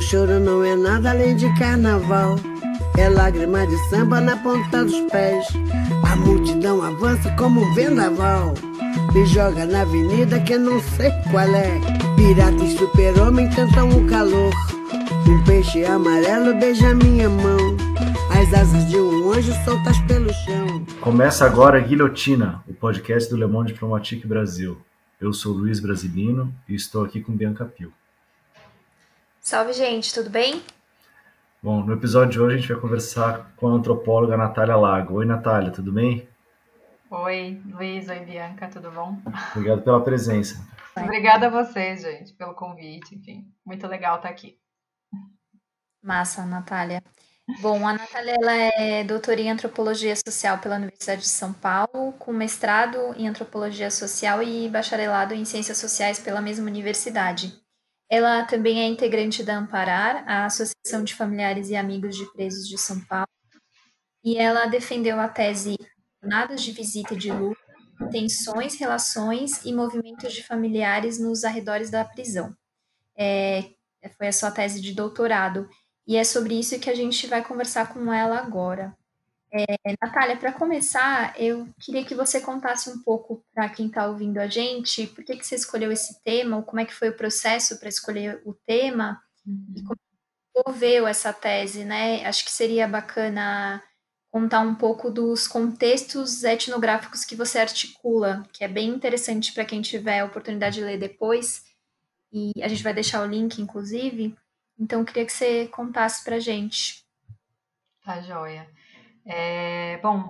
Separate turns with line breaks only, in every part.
choro não é nada além de carnaval. É lágrima de samba na ponta dos pés. A multidão avança como um vendaval. Me joga na avenida que eu não sei qual é. Pirata e super-homem tentam o calor. Um peixe amarelo beija minha mão. As asas de um anjo soltas pelo chão.
Começa agora a Guilhotina, o podcast do Le Monde Diplomatique Brasil. Eu sou Luiz Brasilino e estou aqui com Bianca Pio.
Salve, gente, tudo bem?
Bom, no episódio de hoje a gente vai conversar com a antropóloga Natália Lago. Oi, Natália, tudo bem?
Oi, Luiz, oi, Bianca, tudo bom?
Obrigado pela presença.
Obrigada a vocês, gente, pelo convite, enfim, muito legal estar aqui.
Massa, Natália. Bom, a Natália ela é doutora em Antropologia Social pela Universidade de São Paulo, com mestrado em Antropologia Social e bacharelado em Ciências Sociais pela mesma universidade. Ela também é integrante da Amparar, a Associação de Familiares e Amigos de Presos de São Paulo, e ela defendeu a tese Jornadas de Visita e de Luta, Tensões, Relações e Movimentos de Familiares nos Arredores da Prisão. Foi a sua tese de doutorado, e é sobre isso que a gente vai conversar com ela agora. Natália, para começar, eu queria que você contasse um pouco para quem está ouvindo a gente, por que você escolheu esse tema, ou como é que foi o processo para escolher o tema, e como desenvolveu essa tese, né? Acho que seria bacana contar um pouco dos contextos etnográficos que você articula, que é bem interessante para quem tiver a oportunidade de ler depois, e a gente vai deixar o link, inclusive. Então, eu queria que você contasse para a gente.
Tá joia. Bom,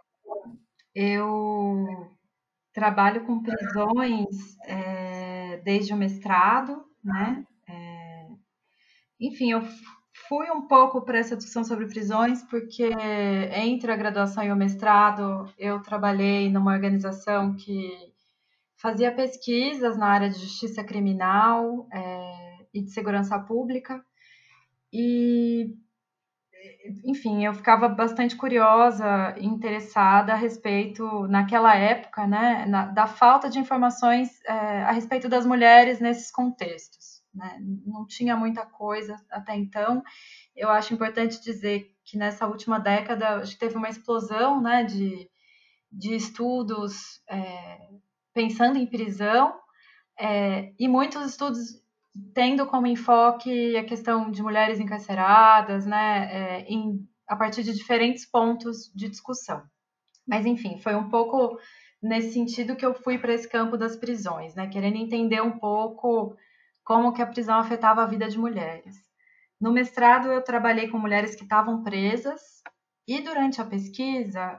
eu trabalho com prisões desde o mestrado, né? Enfim, eu fui um pouco para essa discussão sobre prisões, porque entre a graduação e o mestrado eu trabalhei numa organização que fazia pesquisas na área de justiça criminal e de segurança pública. E, enfim, eu ficava bastante curiosa e interessada a respeito, naquela época, né, da falta de informações a respeito das mulheres nesses contextos, né? Não tinha muita coisa até então. Eu acho importante dizer que nessa última década acho que teve uma explosão, né, de estudos pensando em prisão, e muitos estudos tendo como enfoque a questão de mulheres encarceradas, né, a partir de diferentes pontos de discussão. Mas, enfim, foi um pouco nesse sentido que eu fui para esse campo das prisões, né, querendo entender um pouco como que a prisão afetava a vida de mulheres. No mestrado, eu trabalhei com mulheres que estavam presas, e durante a pesquisa,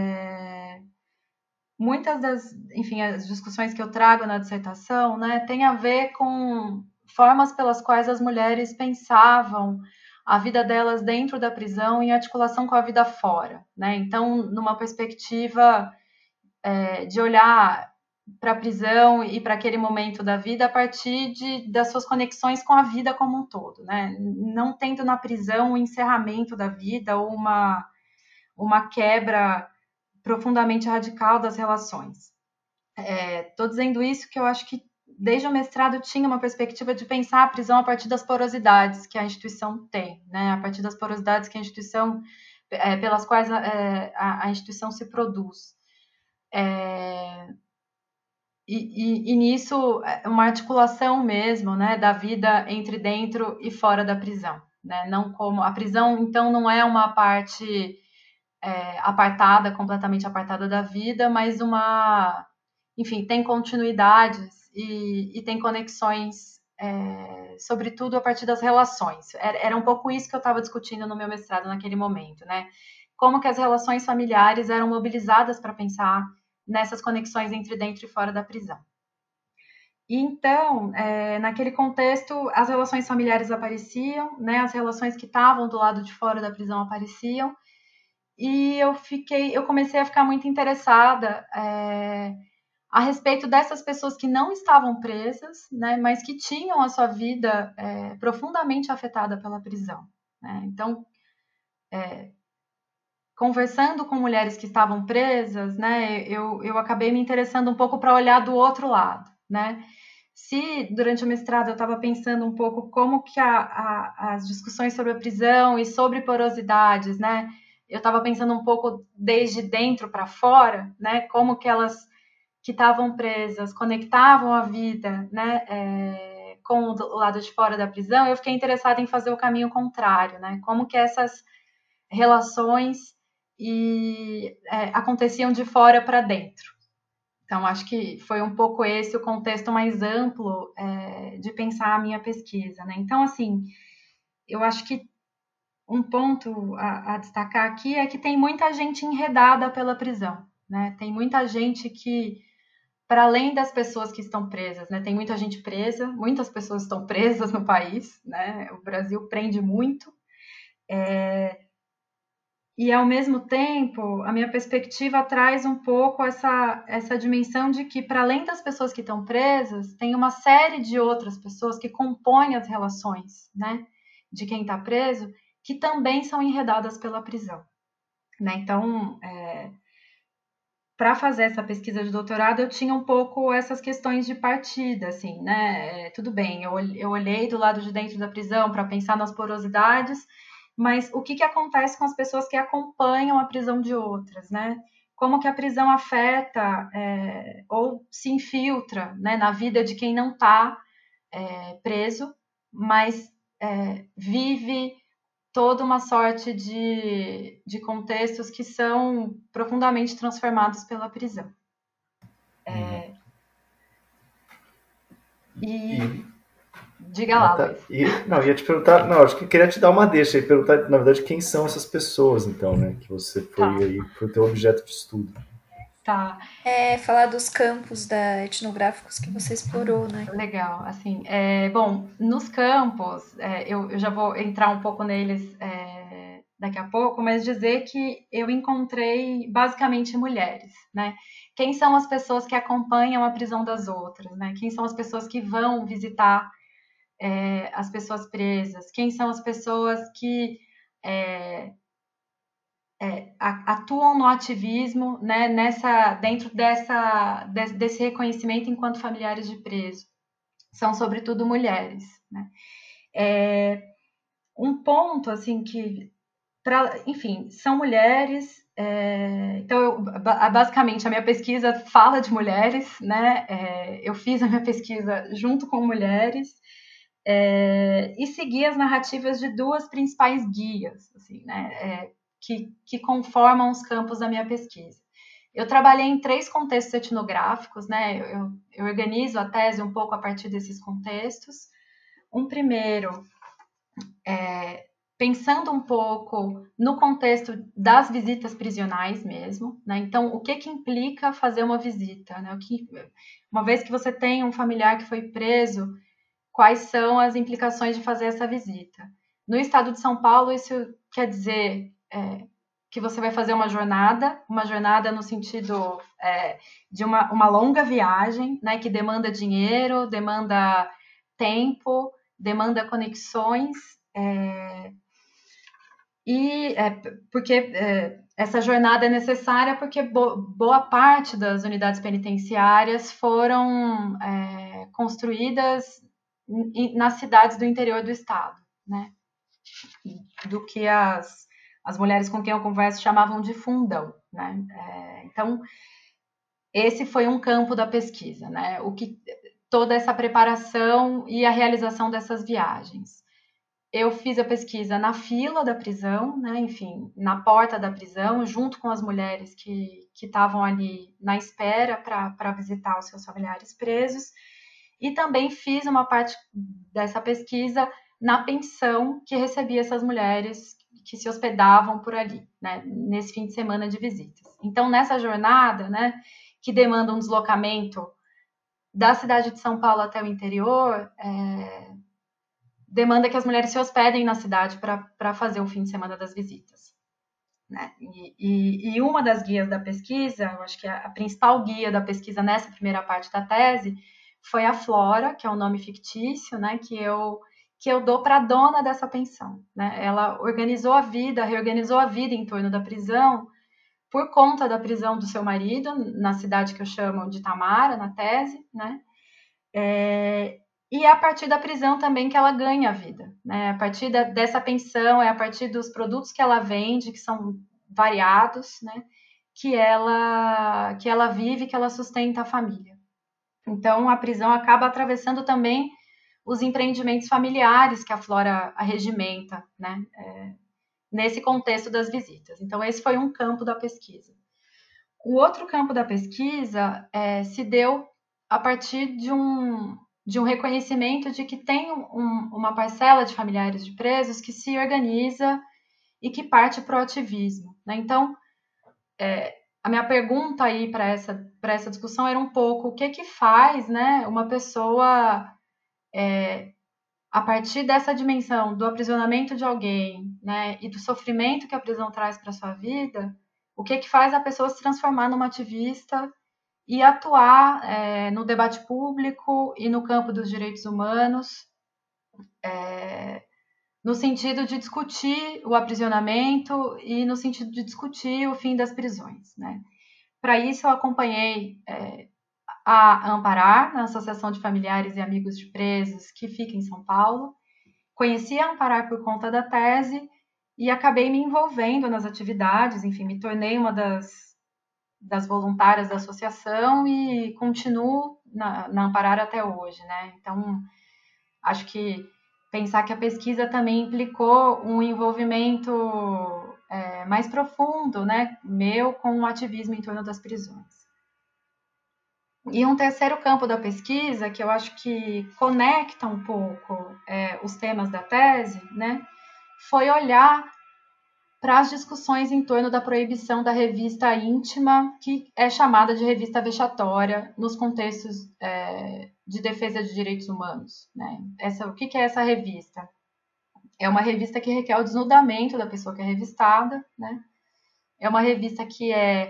muitas das, enfim, as discussões que eu trago na dissertação, né, tem a ver com formas pelas quais as mulheres pensavam a vida delas dentro da prisão em articulação com a vida fora, né? Então, numa perspectiva de olhar para a prisão e para aquele momento da vida a partir das suas conexões com a vida como um todo, né? Não tendo na prisão um encerramento da vida ou uma quebra profundamente radical das relações. Estou dizendo isso que eu acho que desde o mestrado tinha uma perspectiva de pensar a prisão a partir das porosidades que a instituição tem, né? A partir das porosidades que a instituição, pelas quais a instituição se produz. E nisso, uma articulação mesmo, né, da vida entre dentro e fora da prisão, né? Não como a prisão, então, não é uma parte apartada, completamente apartada da vida, mas enfim, tem continuidades e tem conexões, sobretudo a partir das relações. Era um pouco isso que eu estava discutindo no meu mestrado naquele momento, né? Como que as relações familiares eram mobilizadas para pensar nessas conexões entre dentro e fora da prisão. E então, naquele contexto, as relações familiares apareciam, né? As relações que estavam do lado de fora da prisão apareciam, e eu comecei a ficar muito interessada a respeito dessas pessoas que não estavam presas, né, mas que tinham a sua vida profundamente afetada pela prisão, né? Então, conversando com mulheres que estavam presas, né, eu acabei me interessando um pouco para olhar do outro lado, né? se durante o mestrado eu estava pensando um pouco como que as discussões sobre a prisão e sobre porosidades, né? Eu estava pensando um pouco desde dentro para fora, né? Como que elas que estavam presas conectavam a vida, né? Com o lado de fora da prisão. Eu fiquei interessada em fazer o caminho contrário, né? Como que essas relações aconteciam de fora para dentro. Então, acho que foi um pouco esse o contexto mais amplo de pensar a minha pesquisa, né? Então, assim, eu acho que um ponto a destacar aqui é que tem muita gente enredada pela prisão, né? Tem muita gente que, para além das pessoas que estão presas, né? Tem muita gente presa, muitas pessoas estão presas no país, né? O Brasil prende muito. E, ao mesmo tempo, a minha perspectiva traz um pouco essa dimensão de que, para além das pessoas que estão presas, tem uma série de outras pessoas que compõem as relações, né, de quem está preso, que também são enredadas pela prisão, né? Então, para fazer essa pesquisa de doutorado, eu tinha um pouco essas questões de partida, assim, né? Tudo bem, eu olhei do lado de dentro da prisão para pensar nas porosidades, mas o que acontece com as pessoas que acompanham a prisão de outras, né? Como que a prisão afeta ou se infiltra, né, na vida de quem não está preso, mas vive toda uma sorte de contextos que são profundamente transformados pela prisão. Diga lá, Luiz.
Não, ia te perguntar, não, acho que eu queria te dar uma deixa e perguntar, na verdade, quem são essas pessoas, então, né, que você foi o teu objeto de estudo.
Tá.
Falar dos campos etnográficos que você explorou, né?
Legal, assim, bom, nos campos, eu já vou entrar um pouco neles daqui a pouco, mas dizer que eu encontrei basicamente mulheres, né? Quem são as pessoas que acompanham a prisão das outras, né? Quem são as pessoas que vão visitar as pessoas presas? Quem são as pessoas que atuam no ativismo, né, dentro desse reconhecimento enquanto familiares de preso? São sobretudo mulheres, né? Um ponto assim que, enfim, são mulheres. Então, basicamente, a minha pesquisa fala de mulheres, né? Eu fiz a minha pesquisa junto com mulheres e segui as narrativas de duas principais guias, assim, né? Que conformam os campos da minha pesquisa. Eu trabalhei em 3 contextos etnográficos, né? Eu organizo a tese um pouco a partir desses contextos. Um primeiro, pensando um pouco no contexto das visitas prisionais mesmo, né? Então, o que implica fazer uma visita, né? Uma vez que você tem um familiar que foi preso, quais são as implicações de fazer essa visita? No estado de São Paulo, isso quer dizer que você vai fazer uma jornada no sentido de uma longa viagem, né, que demanda dinheiro, demanda tempo, demanda conexões, porque essa jornada é necessária porque boa parte das unidades penitenciárias foram construídas nas cidades do interior do estado, né, do que as mulheres com quem eu converso chamavam de fundão, né? Então, esse foi um campo da pesquisa, né? Toda essa preparação e a realização dessas viagens. Eu fiz a pesquisa na fila da prisão, né? Enfim, na porta da prisão, junto com as mulheres que estavam ali na espera para visitar os seus familiares presos. E também fiz uma parte dessa pesquisa na pensão que recebia essas mulheres que se hospedavam por ali, né, nesse fim de semana de visitas. Então, nessa jornada, né, que demanda um deslocamento da cidade de São Paulo até o interior, demanda que as mulheres se hospedem na cidade para fazer o fim de semana das visitas, né? E uma das guias da pesquisa, eu acho que a principal guia da pesquisa nessa primeira parte da tese, foi a Flora, que é um nome fictício, né, que eu dou para a dona dessa pensão, né? Ela reorganizou a vida em torno da prisão por conta da prisão do seu marido, na cidade que eu chamo de Tamara, na tese, né? E é a partir da prisão também que ela ganha a vida, né? A partir dessa pensão, é a partir dos produtos que ela vende, que são variados, né? Que ela vive, que ela sustenta a família. Então, a prisão acaba atravessando também os empreendimentos familiares que a Flora arregimenta, né? Nesse contexto das visitas. Então, esse foi um campo da pesquisa. O outro campo da pesquisa se deu a partir de um reconhecimento de que tem uma parcela de familiares de presos que se organiza e que parte para o ativismo, né? Então, a minha pergunta aí para essa discussão era um pouco o que faz, né, uma pessoa, a partir dessa dimensão do aprisionamento de alguém, né, e do sofrimento que a prisão traz para a sua vida, o que faz a pessoa se transformar numa ativista e atuar no debate público e no campo dos direitos humanos, no sentido de discutir o aprisionamento e no sentido de discutir o fim das prisões, né? Para isso, eu acompanhei a Amparar, na Associação de Familiares e Amigos de Presos, que fica em São Paulo. Conheci a Amparar por conta da tese e acabei me envolvendo nas atividades, enfim, me tornei uma das voluntárias da associação e continuo na Amparar até hoje, né? Então, acho que pensar que a pesquisa também implicou um envolvimento mais profundo, né, meu, com o ativismo em torno das prisões. E um terceiro campo da pesquisa, que eu acho que conecta um pouco os temas da tese, né, foi olhar para as discussões em torno da proibição da revista íntima, que é chamada de revista vexatória nos contextos de defesa de direitos humanos, né? O que é essa revista? É uma revista que requer o desnudamento da pessoa que é revistada, né? É uma revista que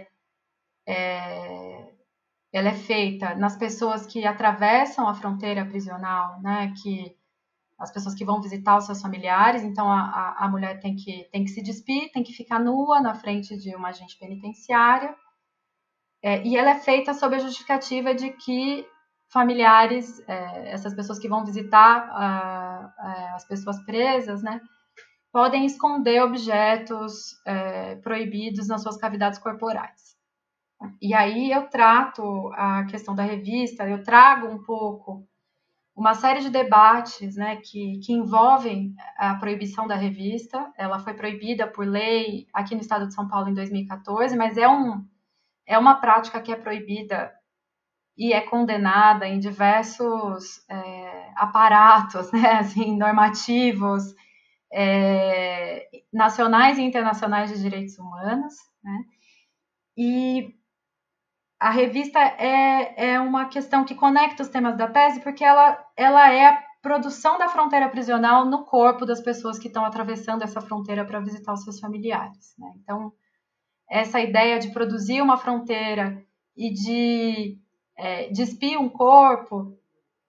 ela é feita nas pessoas que atravessam a fronteira prisional, né? Que as pessoas que vão visitar os seus familiares, então a mulher tem que se despir, tem que ficar nua na frente de uma agente penitenciária, e ela é feita sob a justificativa de que familiares, essas pessoas que vão visitar as pessoas presas, né, podem esconder objetos proibidos nas suas cavidades corporais. E aí eu trato a questão da revista, eu trago um pouco uma série de debates, né, que envolvem a proibição da revista. Ela foi proibida por lei aqui no estado de São Paulo em 2014, mas é uma prática que é proibida e é condenada em diversos aparatos, né, assim, normativos, nacionais e internacionais de direitos humanos, né? E a revista é uma questão que conecta os temas da tese, porque ela é a produção da fronteira prisional no corpo das pessoas que estão atravessando essa fronteira para visitar os seus familiares, né? Então, essa ideia de produzir uma fronteira e de despir um corpo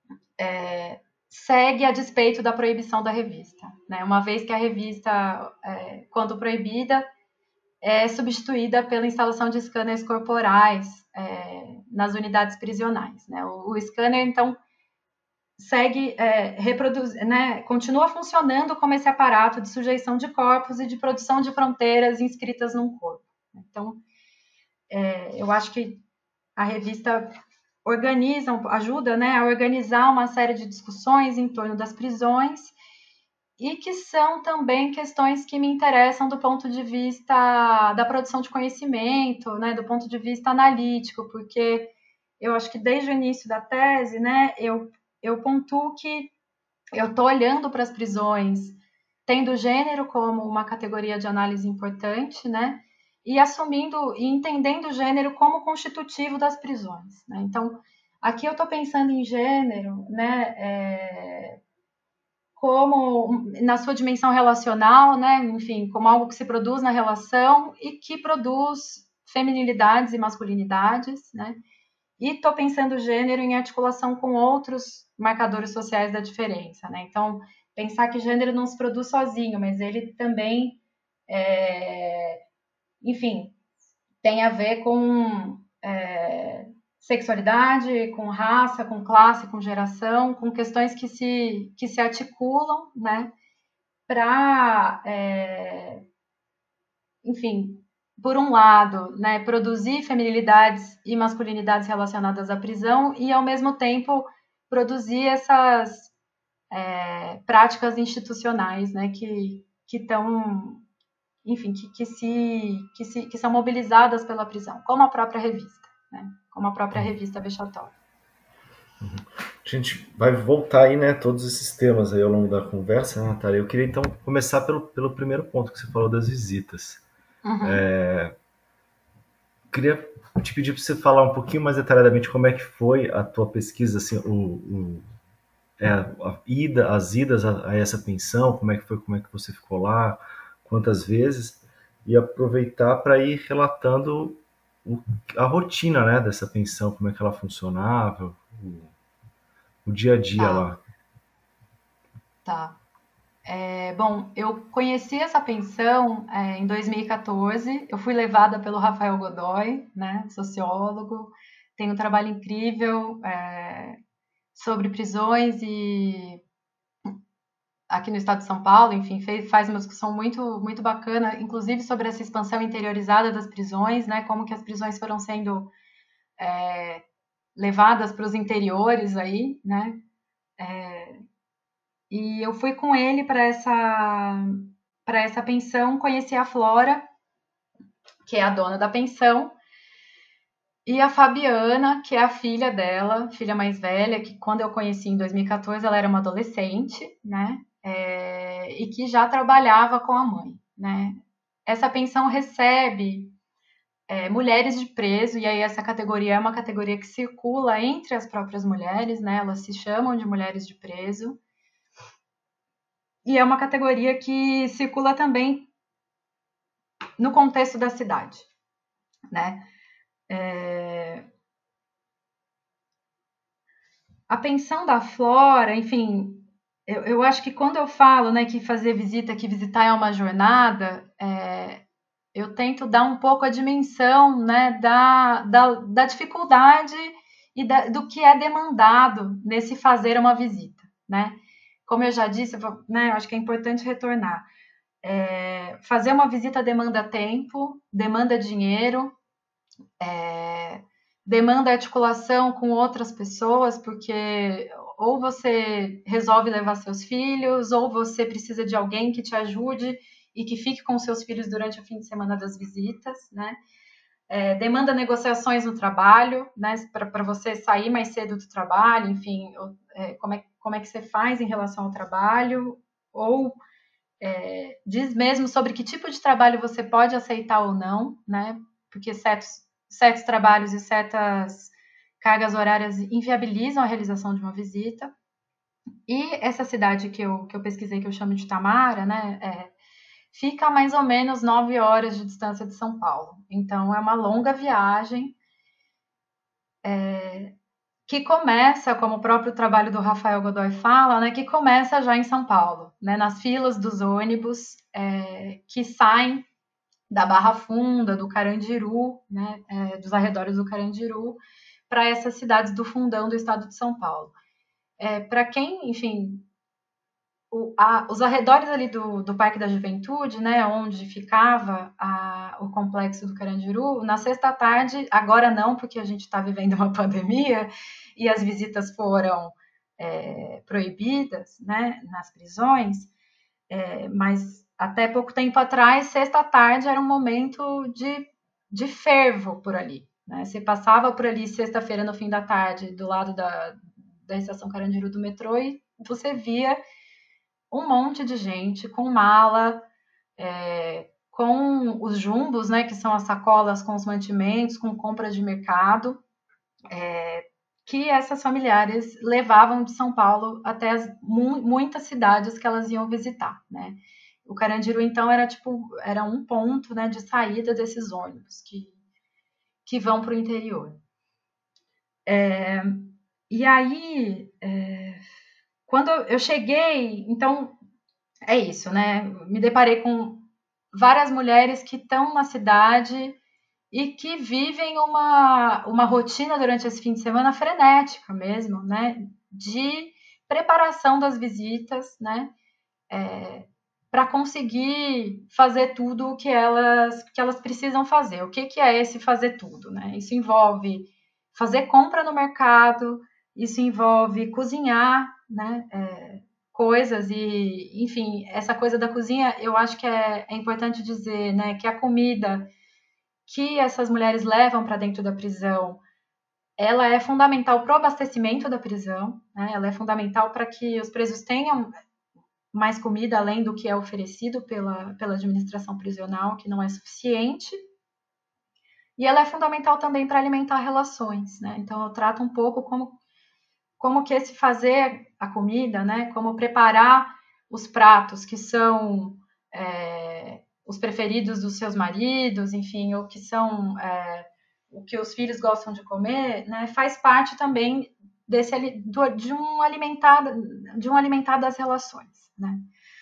segue a despeito da proibição da revista, né? Uma vez que a revista, quando proibida, é substituída pela instalação de scanners corporais nas unidades prisionais, né? O scanner, então, segue, né, continua funcionando como esse aparato de sujeição de corpos e de produção de fronteiras inscritas num corpo. Então, eu acho que a revista ajuda, né, a organizar uma série de discussões em torno das prisões e que são também questões que me interessam do ponto de vista da produção de conhecimento, né, do ponto de vista analítico, porque eu acho que desde o início da tese, né, eu pontuo que eu estou olhando para as prisões, tendo o gênero como uma categoria de análise importante, né, e assumindo e entendendo o gênero como constitutivo das prisões, né? Então, aqui eu estou pensando em gênero, né, como na sua dimensão relacional, né, enfim, como algo que se produz na relação e que produz feminilidades e masculinidades, né? E estou pensando o gênero em articulação com outros marcadores sociais da diferença, né? Então, pensar que gênero não se produz sozinho, mas ele também, enfim, tem a ver com sexualidade, com raça, com classe, com geração, com questões que se articulam, né, para, enfim, por um lado, né, produzir feminilidades e masculinidades relacionadas à prisão e, ao mesmo tempo, produzir essas práticas institucionais, né, que estão, enfim, que são mobilizadas pela prisão, como a própria revista, né, como a própria revista Vexatória.
A gente vai voltar aí, né, todos esses temas aí ao longo da conversa, né, Natália? Eu queria então começar pelo primeiro ponto que você falou das visitas. Queria te pedir para você falar um pouquinho mais detalhadamente como é que foi a tua pesquisa, assim, as idas a essa pensão, como é que você ficou lá, quantas vezes, e aproveitar para ir relatando a rotina, né, dessa pensão, como é que ela funcionava, o dia a dia lá.
Tá. Bom, eu conheci essa pensão em 2014. Eu fui levada pelo Rafael Godoy, né, sociólogo. Tem um trabalho incrível sobre prisões e aqui no estado de São Paulo, enfim, faz uma discussão muito, muito bacana, inclusive sobre essa expansão interiorizada das prisões, né, como que as prisões foram sendo levadas para os interiores aí, né, e eu fui com ele para essa pensão, conheci a Flora, que é a dona da pensão, e a Fabiana, que é a filha dela, filha mais velha, que quando eu conheci em 2014 ela era uma adolescente, né? E que já trabalhava com a mãe, né? Essa pensão recebe mulheres de preso, e aí essa categoria é uma categoria que circula entre as próprias mulheres, né? Elas se chamam de mulheres de preso. E é uma categoria que circula também no contexto da cidade, né? A pensão da Flora, enfim, eu acho que quando eu falo, né, que fazer visita, que visitar é uma jornada, eu tento dar um pouco a dimensão, né, da dificuldade e do que é demandado nesse fazer uma visita, né? Como eu já disse, né, eu acho que é importante retornar. Fazer uma visita demanda tempo, demanda dinheiro, demanda articulação com outras pessoas, porque ou você resolve levar seus filhos, ou você precisa de alguém que te ajude e que fique com seus filhos durante o fim de semana das visitas, né? Demanda negociações no trabalho, né? Para você sair mais cedo do trabalho, enfim, como é que você faz em relação ao trabalho, ou diz mesmo sobre que tipo de trabalho você pode aceitar ou não, né? Porque certos trabalhos e certas cargas horárias inviabilizam a realização de uma visita. E essa cidade que eu pesquisei, que eu chamo de Tamara, né, fica a mais ou menos 9 horas de distância de São Paulo. Então, é uma longa viagem que começa, como o próprio trabalho do Rafael Godoy fala, né, que começa já em São Paulo, né, nas filas dos ônibus que saem da Barra Funda, do Carandiru, né, dos arredores do Carandiru, para essas cidades do fundão do estado de São Paulo. Para quem, enfim, os arredores ali do Parque da Juventude, né, onde ficava o complexo do Carandiru, na sexta tarde, agora não, porque a gente está vivendo uma pandemia e as visitas foram proibidas, né, nas prisões, mas até pouco tempo atrás, sexta-tarde era um momento de fervo por ali, né? Você passava por ali sexta-feira no fim da tarde, do lado da estação Carandiru do metrô, e você via um monte de gente com mala, com os jumbos, né, que são as sacolas com os mantimentos, com compras de mercado, que essas familiares levavam de São Paulo até muitas cidades que elas iam visitar, né? O Carandiru, então, era um ponto, né, de saída desses ônibus que vão para o interior. E aí, quando eu cheguei, então, é isso, né? Me deparei com várias mulheres que estão na cidade e que vivem uma rotina durante esse fim de semana frenética mesmo, né? De preparação das visitas, né? Para conseguir fazer tudo o que elas precisam fazer. O que é esse fazer tudo, né? Isso envolve fazer compra no mercado, isso envolve cozinhar, né? Coisas e, enfim, essa coisa da cozinha, eu acho que é importante dizer, né? Que a comida que essas mulheres levam para dentro da prisão, ela é fundamental para o abastecimento da prisão, né? Ela é fundamental para que os presos tenham mais comida além do que é oferecido pela administração prisional, que não é suficiente. E ela é fundamental também para alimentar relações, né? Então eu trato um pouco como que esse fazer a comida, né? Como preparar os pratos que são os preferidos dos seus maridos, enfim, ou que são o que os filhos gostam de comer, né? Faz parte também de um alimentar das relações, né?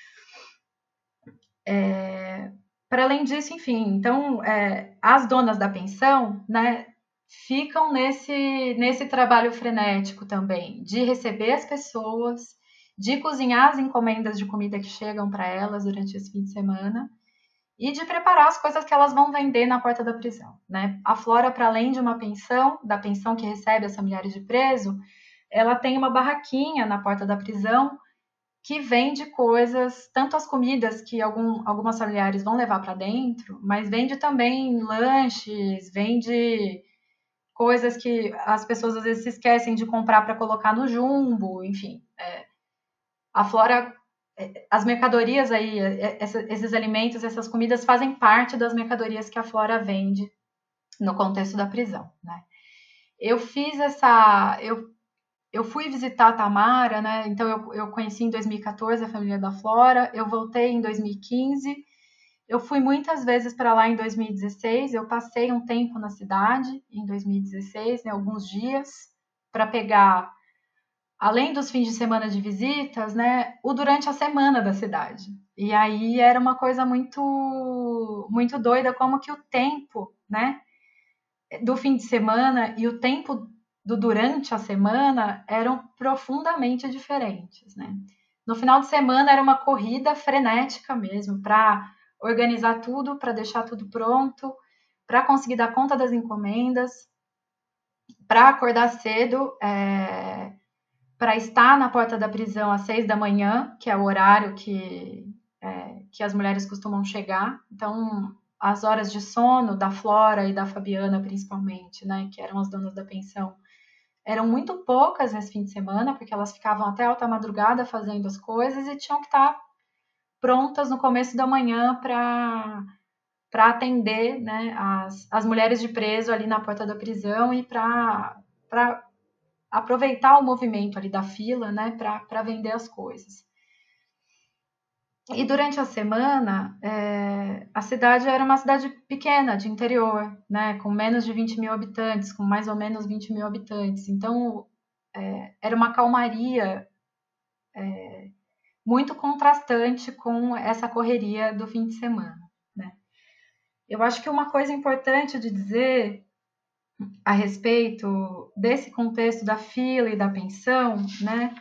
Para além disso, enfim, então as donas da pensão, né, ficam nesse trabalho frenético também de receber as pessoas, de cozinhar as encomendas de comida que chegam para elas durante esse fim de semana e de preparar as coisas que elas vão vender na porta da prisão, né? A Flora, para além de uma pensão, da pensão que recebe essa milhares de preso, ela tem uma barraquinha na porta da prisão que vende coisas, tanto as comidas que algumas familiares vão levar para dentro, mas vende também lanches, vende coisas que as pessoas às vezes se esquecem de comprar para colocar no jumbo, enfim. A Flora, as mercadorias aí, esses alimentos, essas comidas fazem parte das mercadorias que a Flora vende no contexto da prisão, né? Eu fui visitar a Tamara, né? Então eu conheci em 2014 a família da Flora, eu voltei em 2015, eu fui muitas vezes para lá em 2016, eu passei um tempo na cidade em 2016, né, alguns dias, para pegar, além dos fins de semana de visitas, né, o durante a semana da cidade. E aí era uma coisa muito, muito doida, como que o tempo, né, do fim de semana e o tempo do durante a semana eram profundamente diferentes, né? No final de semana era uma corrida frenética mesmo para organizar tudo, para deixar tudo pronto, para conseguir dar conta das encomendas, para acordar cedo, para estar na porta da prisão às 6 da manhã, que é o horário que as mulheres costumam chegar. Então, as horas de sono da Flora e da Fabiana, principalmente, né, que eram as donas da pensão, eram muito poucas nesse fim de semana, porque elas ficavam até alta madrugada fazendo as coisas e tinham que estar prontas no começo da manhã para atender, né, as mulheres de preso ali na porta da prisão e para aproveitar o movimento ali da fila, né, para vender as coisas. E durante a semana, a cidade era uma cidade pequena, de interior, né, com menos de 20 mil habitantes, com mais ou menos 20 mil habitantes. Então, era uma calmaria muito contrastante com essa correria do fim de semana, né. Eu acho que uma coisa importante de dizer a respeito desse contexto da fila e da pensão, né,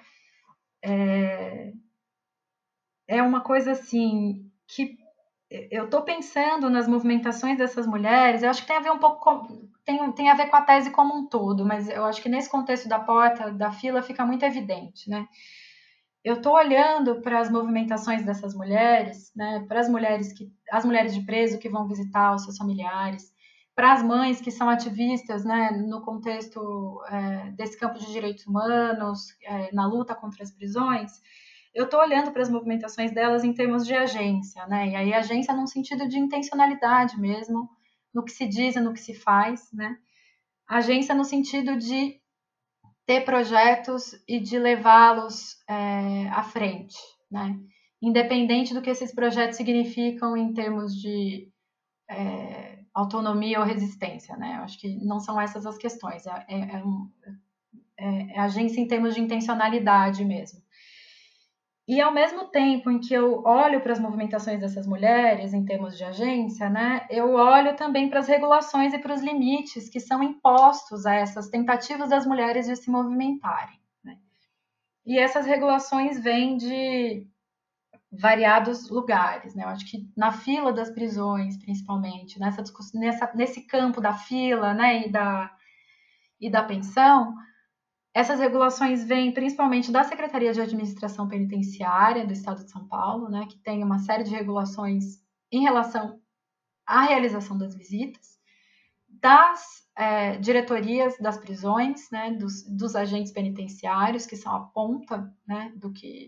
é uma coisa assim que eu estou pensando nas movimentações dessas mulheres. Eu acho que tem a ver um pouco tem a ver com a tese como um todo, mas eu acho que nesse contexto da porta da fila fica muito evidente, né? Eu estou olhando para as movimentações dessas mulheres, né? Para as mulheres de preso que vão visitar os seus familiares, para as mães que são ativistas, né? No contexto desse campo de direitos humanos, na luta contra as prisões. Eu estou olhando para as movimentações delas em termos de agência, né? E aí agência num sentido de intencionalidade mesmo, no que se diz e no que se faz, né? Agência no sentido de ter projetos e de levá-los à frente, né? Independente do que esses projetos significam em termos de autonomia ou resistência, né? Eu acho que não são essas as questões, é agência em termos de intencionalidade mesmo. E ao mesmo tempo em que eu olho para as movimentações dessas mulheres em termos de agência, né, eu olho também para as regulações e para os limites que são impostos a essas tentativas das mulheres de se movimentarem, né? E essas regulações vêm de variados lugares, né? Eu acho que na fila das prisões, principalmente, nesse campo da fila, né, e da pensão, essas regulações vêm principalmente da Secretaria de Administração Penitenciária do Estado de São Paulo, né, que tem uma série de regulações em relação à realização das visitas, das diretorias das prisões, né, dos agentes penitenciários, que são a ponta, né, do que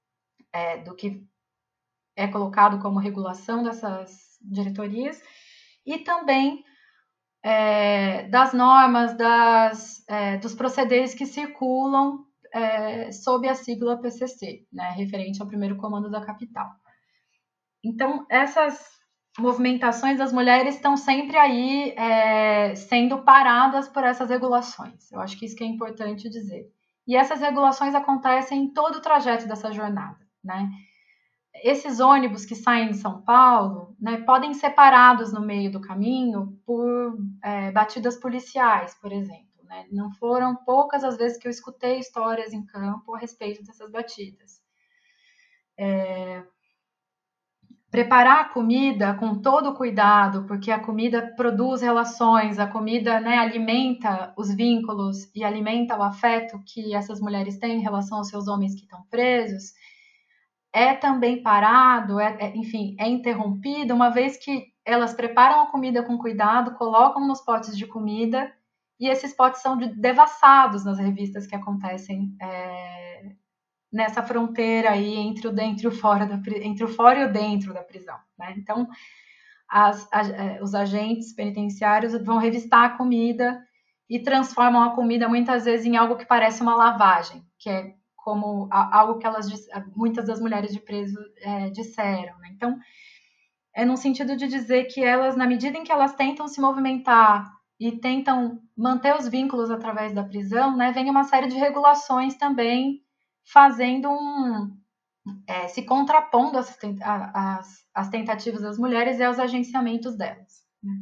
é colocado como regulação dessas diretorias, e também das normas, dos procederes que circulam sob a sigla PCC, né, referente ao primeiro comando da capital. Então, essas movimentações das mulheres estão sempre aí sendo paradas por essas regulações. Eu acho que isso que é importante dizer. E essas regulações acontecem em todo o trajeto dessa jornada, né? Esses ônibus que saem de São Paulo, né, podem ser parados no meio do caminho por batidas policiais, por exemplo, né? Não foram poucas as vezes que eu escutei histórias em campo a respeito dessas batidas. Preparar a comida com todo o cuidado, porque a comida produz relações, a comida, né, alimenta os vínculos e alimenta o afeto que essas mulheres têm em relação aos seus homens que estão presos, é também parado, enfim, é interrompido, uma vez que elas preparam a comida com cuidado, colocam nos potes de comida, e esses potes são devassados nas revistas que acontecem nessa fronteira aí entre o fora e o dentro da prisão, né? Então, os agentes penitenciários vão revistar a comida e transformam a comida muitas vezes em algo que parece uma lavagem, que é como algo que muitas das mulheres de preso disseram, né? Então, é no sentido de dizer que elas, na medida em que elas tentam se movimentar e tentam manter os vínculos através da prisão, né, vem uma série de regulações também fazendo se contrapondo às tentativas das mulheres e aos agenciamentos delas, né?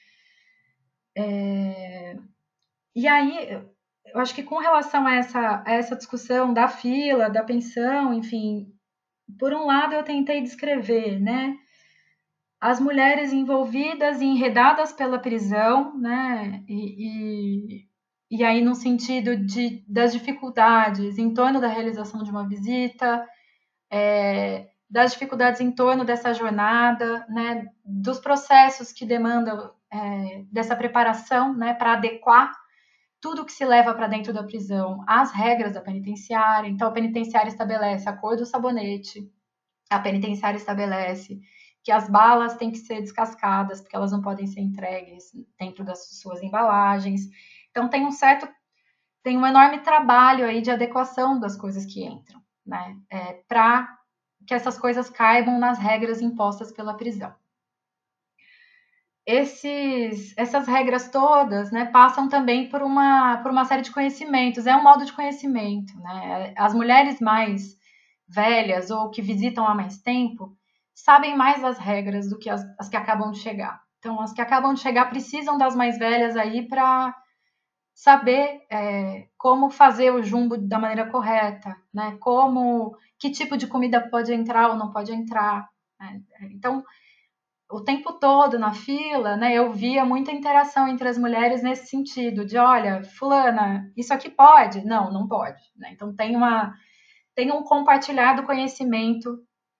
E aí, eu acho que com relação a essa discussão da fila, da pensão, enfim, por um lado eu tentei descrever, né, as mulheres envolvidas e enredadas pela prisão, né, e aí no sentido das dificuldades em torno da realização de uma visita, das dificuldades em torno dessa jornada, né, dos processos que demandam dessa preparação, né, para adequar tudo que se leva para dentro da prisão às regras da penitenciária. Então, a penitenciária estabelece a cor do sabonete, a penitenciária estabelece que as balas têm que ser descascadas, porque elas não podem ser entregues dentro das suas embalagens. Então, tem um enorme trabalho aí de adequação das coisas que entram, né, para que essas coisas caibam nas regras impostas pela prisão. Essas regras todas, né, passam também por uma série de conhecimentos, é um modo de conhecimento, né? As mulheres mais velhas ou que visitam há mais tempo sabem mais das regras do que as que acabam de chegar. Então, as que acabam de chegar precisam das mais velhas aí para saber como fazer o jumbo da maneira correta, né? Que tipo de comida pode entrar ou não pode entrar, né? Então, o tempo todo na fila, né, eu via muita interação entre as mulheres nesse sentido, de olha, fulana, isso aqui pode? Não, não pode, né? Então tem um compartilhado conhecimento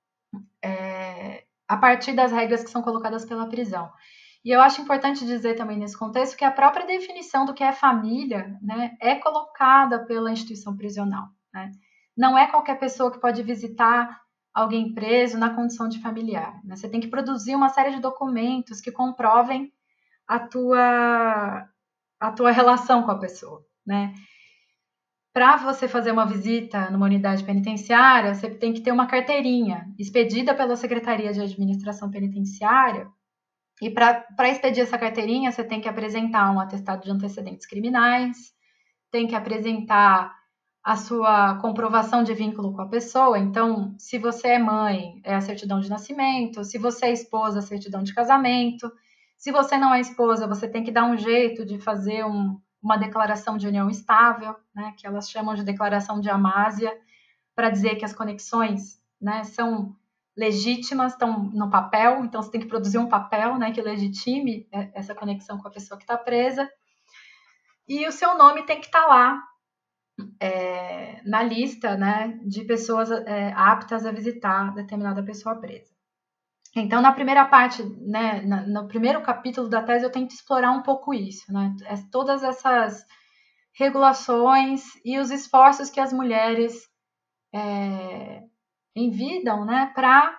a partir das regras que são colocadas pela prisão. E eu acho importante dizer também nesse contexto que a própria definição do que é família, né, é colocada pela instituição prisional, né? Não é qualquer pessoa que pode visitar alguém preso na condição de familiar, né? Você tem que produzir uma série de documentos que comprovem a tua relação com a pessoa, né? Para você fazer uma visita numa unidade penitenciária, você tem que ter uma carteirinha expedida pela Secretaria de Administração Penitenciária, e para expedir essa carteirinha, você tem que apresentar um atestado de antecedentes criminais, tem que apresentar a sua comprovação de vínculo com a pessoa. Então, se você é mãe, é a certidão de nascimento. Se você é esposa, a certidão de casamento. Se você não é esposa, você tem que dar um jeito de fazer uma declaração de união estável, né, que elas chamam de declaração de amásia, para dizer que as conexões, né, são legítimas, estão no papel. Então, você tem que produzir um papel, né, que legitime essa conexão com a pessoa que está presa. E o seu nome tem que estar lá, na lista, né, de pessoas aptas a visitar determinada pessoa presa. Então, na primeira parte, né, no primeiro capítulo da tese, eu tento explorar um pouco isso, né, todas essas regulações e os esforços que as mulheres envidam, né, para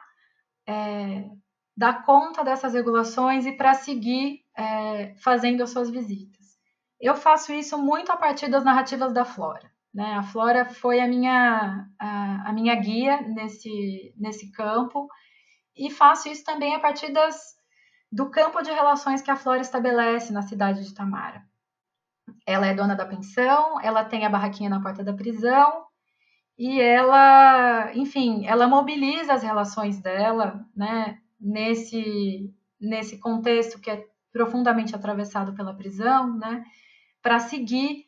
dar conta dessas regulações e para seguir fazendo as suas visitas. Eu faço isso muito a partir das narrativas da Flora, né? A Flora foi a minha guia nesse campo, e faço isso também a partir do campo de relações que a Flora estabelece na cidade de Tamara. Ela é dona da pensão, ela tem a barraquinha na porta da prisão, e ela, enfim, ela mobiliza as relações dela, né, nesse contexto que é profundamente atravessado pela prisão, né, para seguir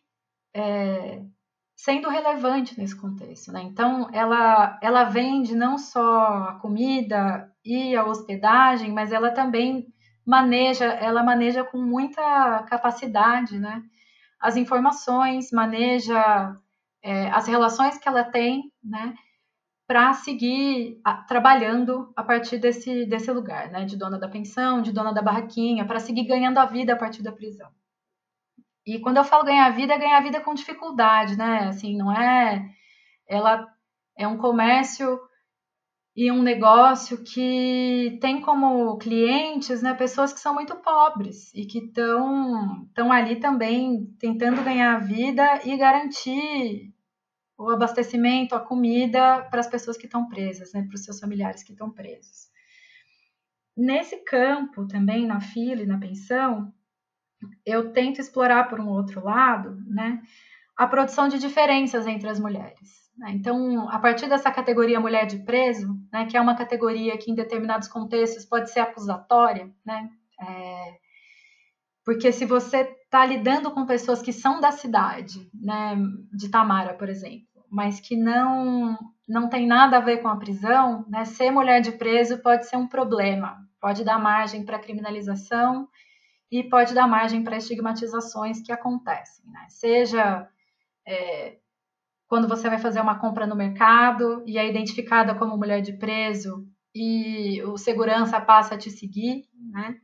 sendo relevante nesse contexto, né? Então, ela vende não só a comida e a hospedagem, mas ela também maneja com muita capacidade, né, as informações, maneja as relações que ela tem, né, para seguir trabalhando a partir desse lugar, né, de dona da pensão, de dona da barraquinha, para seguir ganhando a vida a partir da prisão. E quando eu falo ganhar a vida com dificuldade, né? Assim, não é... Ela é um comércio e um negócio que tem como clientes, né, pessoas que são muito pobres e que estão ali também tentando ganhar a vida e garantir o abastecimento, a comida para as pessoas que estão presas, né, para os seus familiares que estão presos. Nesse campo também, na fila e na pensão, eu tento explorar por um outro lado, né, a produção de diferenças entre as mulheres. Então, a partir dessa categoria mulher de preso, né, que é uma categoria que em determinados contextos pode ser acusatória, né, porque se você está lidando com pessoas que são da cidade, né, de Tamara, por exemplo, mas que não tem nada a ver com a prisão, né, ser mulher de preso pode ser um problema, pode dar margem para criminalização e pode dar margem para estigmatizações que acontecem, né? Seja quando você vai fazer uma compra no mercado e é identificada como mulher de preso e o segurança passa a te seguir, né?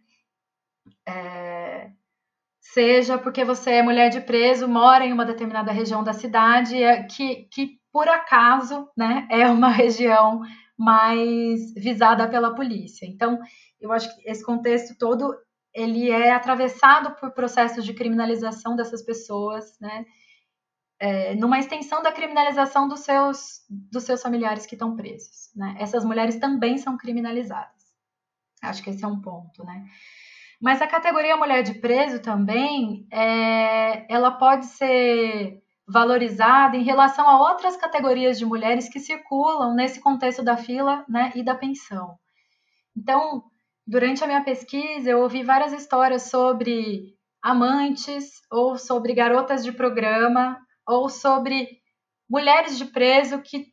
Seja porque você é mulher de preso, mora em uma determinada região da cidade que por acaso, né, é uma região mais visada pela polícia. Então, eu acho que esse contexto todo ele é atravessado por processos de criminalização dessas pessoas, né? Numa extensão da criminalização dos seus familiares que estão presos, né? Essas mulheres também são criminalizadas. Acho que esse é um ponto, né? Mas a categoria mulher de preso também, ela pode ser valorizada em relação a outras categorias de mulheres que circulam nesse contexto da fila, né, e da pensão. Então, durante a minha pesquisa, eu ouvi várias histórias sobre amantes, ou sobre garotas de programa, ou sobre mulheres de preso que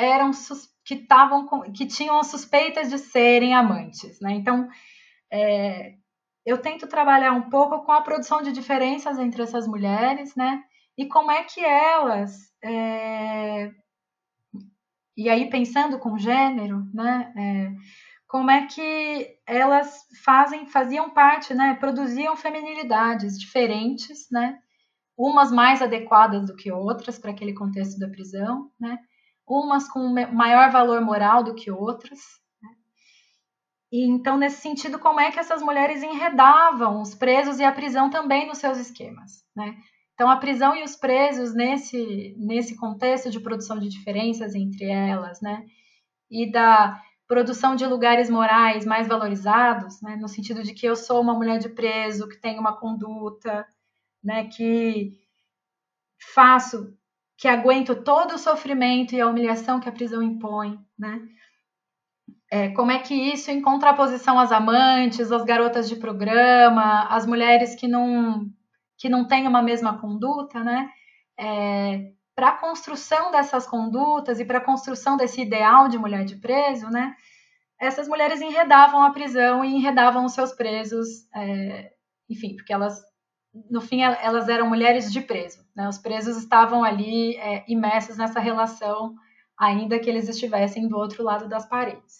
tinham suspeitas de serem amantes, né? Então, eu tento trabalhar um pouco com a produção de diferenças entre essas mulheres, né? E como é que elas, e aí pensando com gênero, né? Como é que elas faziam parte, né? Produziam feminilidades diferentes, né? Umas mais adequadas do que outras para aquele contexto da prisão, né? Umas com maior valor moral do que outras. E então, nesse sentido, como é que essas mulheres enredavam os presos e a prisão também nos seus esquemas, né? Então, a prisão e os presos nesse contexto de produção de diferenças entre elas, né? E da produção de lugares morais mais valorizados, né? No sentido de que eu sou uma mulher de preso, que tem uma conduta, né? Que faço que aguento todo o sofrimento e a humilhação que a prisão impõe, né? Como é que isso, em contraposição às amantes, às garotas de programa, às mulheres que não têm uma mesma conduta, né? Para a construção dessas condutas e para a construção desse ideal de mulher de preso, né? Essas mulheres enredavam a prisão e enredavam os seus presos, enfim, porque elas, no fim, elas eram mulheres de preso, né? Os presos estavam ali imersos nessa relação, ainda que eles estivessem do outro lado das paredes.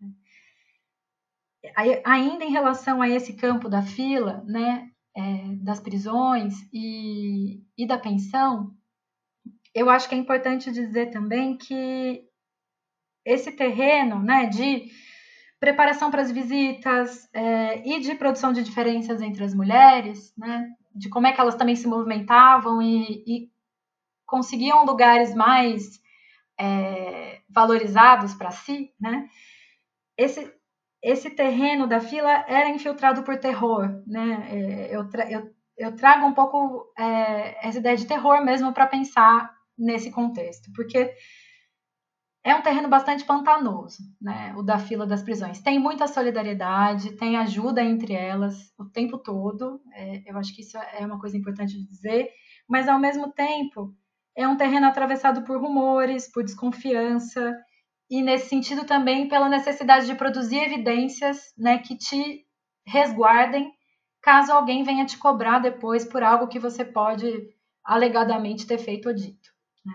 Ainda em relação a esse campo da fila, né, das prisões e da pensão, eu acho que é importante dizer também que esse terreno, né, de preparação para as visitas e de produção de diferenças entre as mulheres, né, de como é que elas também se movimentavam e conseguiam lugares mais valorizados para si, né, esse terreno da fila era infiltrado por terror, né? Eu trago um pouco essa ideia de terror mesmo para pensar nesse contexto, porque é um terreno bastante pantanoso, né? O da fila das prisões. Tem muita solidariedade, tem ajuda entre elas o tempo todo. Eu acho que isso é uma coisa importante de dizer, mas ao mesmo tempo é um terreno atravessado por rumores, por desconfiança, e nesse sentido também pela necessidade de produzir evidências, né, que te resguardem caso alguém venha te cobrar depois por algo que você pode alegadamente ter feito ou dito,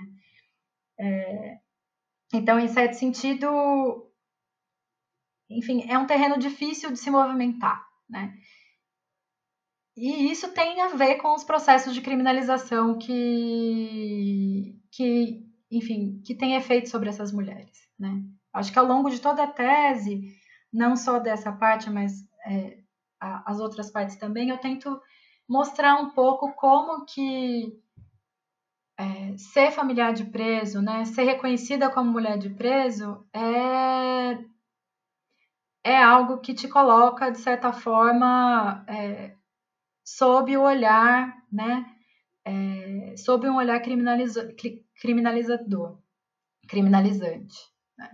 né? Então, em certo sentido, enfim, é um terreno difícil de se movimentar, né? E isso tem a ver com os processos de criminalização que tem efeito sobre essas mulheres, né? Acho que ao longo de toda a tese, não só dessa parte, mas as outras partes também, eu tento mostrar um pouco como que ser familiar de preso, né, ser reconhecida como mulher de preso é algo que te coloca, de certa forma, sob o olhar, né, sob um olhar criminalizador, criminalizante. Né?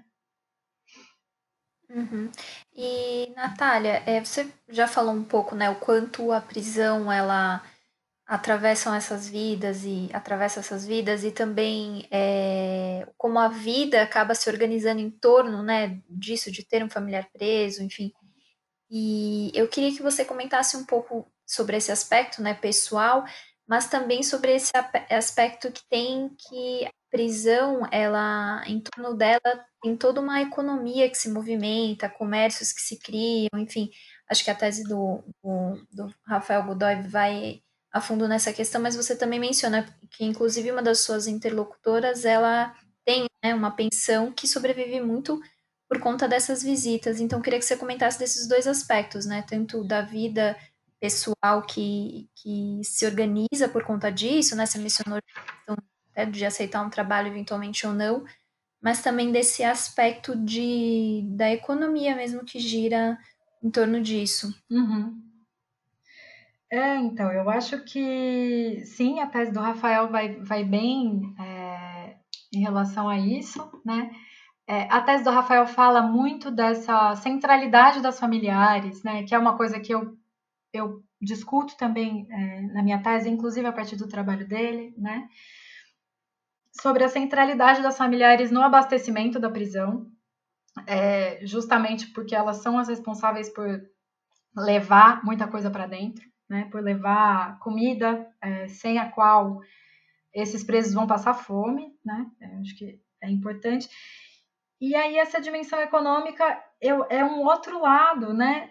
Uhum. E, Natália, você já falou um pouco, né, o quanto a prisão, ela atravessa essas vidas e também como a vida acaba se organizando em torno, né, disso, de ter um familiar preso, enfim. E eu queria que você comentasse um pouco sobre esse aspecto, né, pessoal, mas também sobre esse aspecto que tem que a prisão, ela, em torno dela, tem toda uma economia que se movimenta, comércios que se criam, enfim. Acho que a tese do Rafael Godoy vai a fundo nessa questão, mas você também menciona que, inclusive, uma das suas interlocutoras, ela tem, né, uma pensão que sobrevive muito por conta dessas visitas. Então, queria que você comentasse desses dois aspectos, né? Tanto da vida pessoal que se organiza por conta disso, né? Você mencionou a questão de aceitar um trabalho eventualmente ou não, mas também desse aspecto da economia mesmo que gira em torno disso.
Uhum. Então, eu acho que sim, a tese do Rafael vai bem em relação a isso, né? A tese do Rafael fala muito dessa centralidade das familiares, né? Que é uma coisa que eu discuto também na minha tese, inclusive a partir do trabalho dele, né? Sobre a centralidade das familiares no abastecimento da prisão, justamente porque elas são as responsáveis por levar muita coisa para dentro, né? Por levar comida sem a qual esses presos vão passar fome, né? Acho que é importante. E aí essa dimensão econômica é um outro lado, né?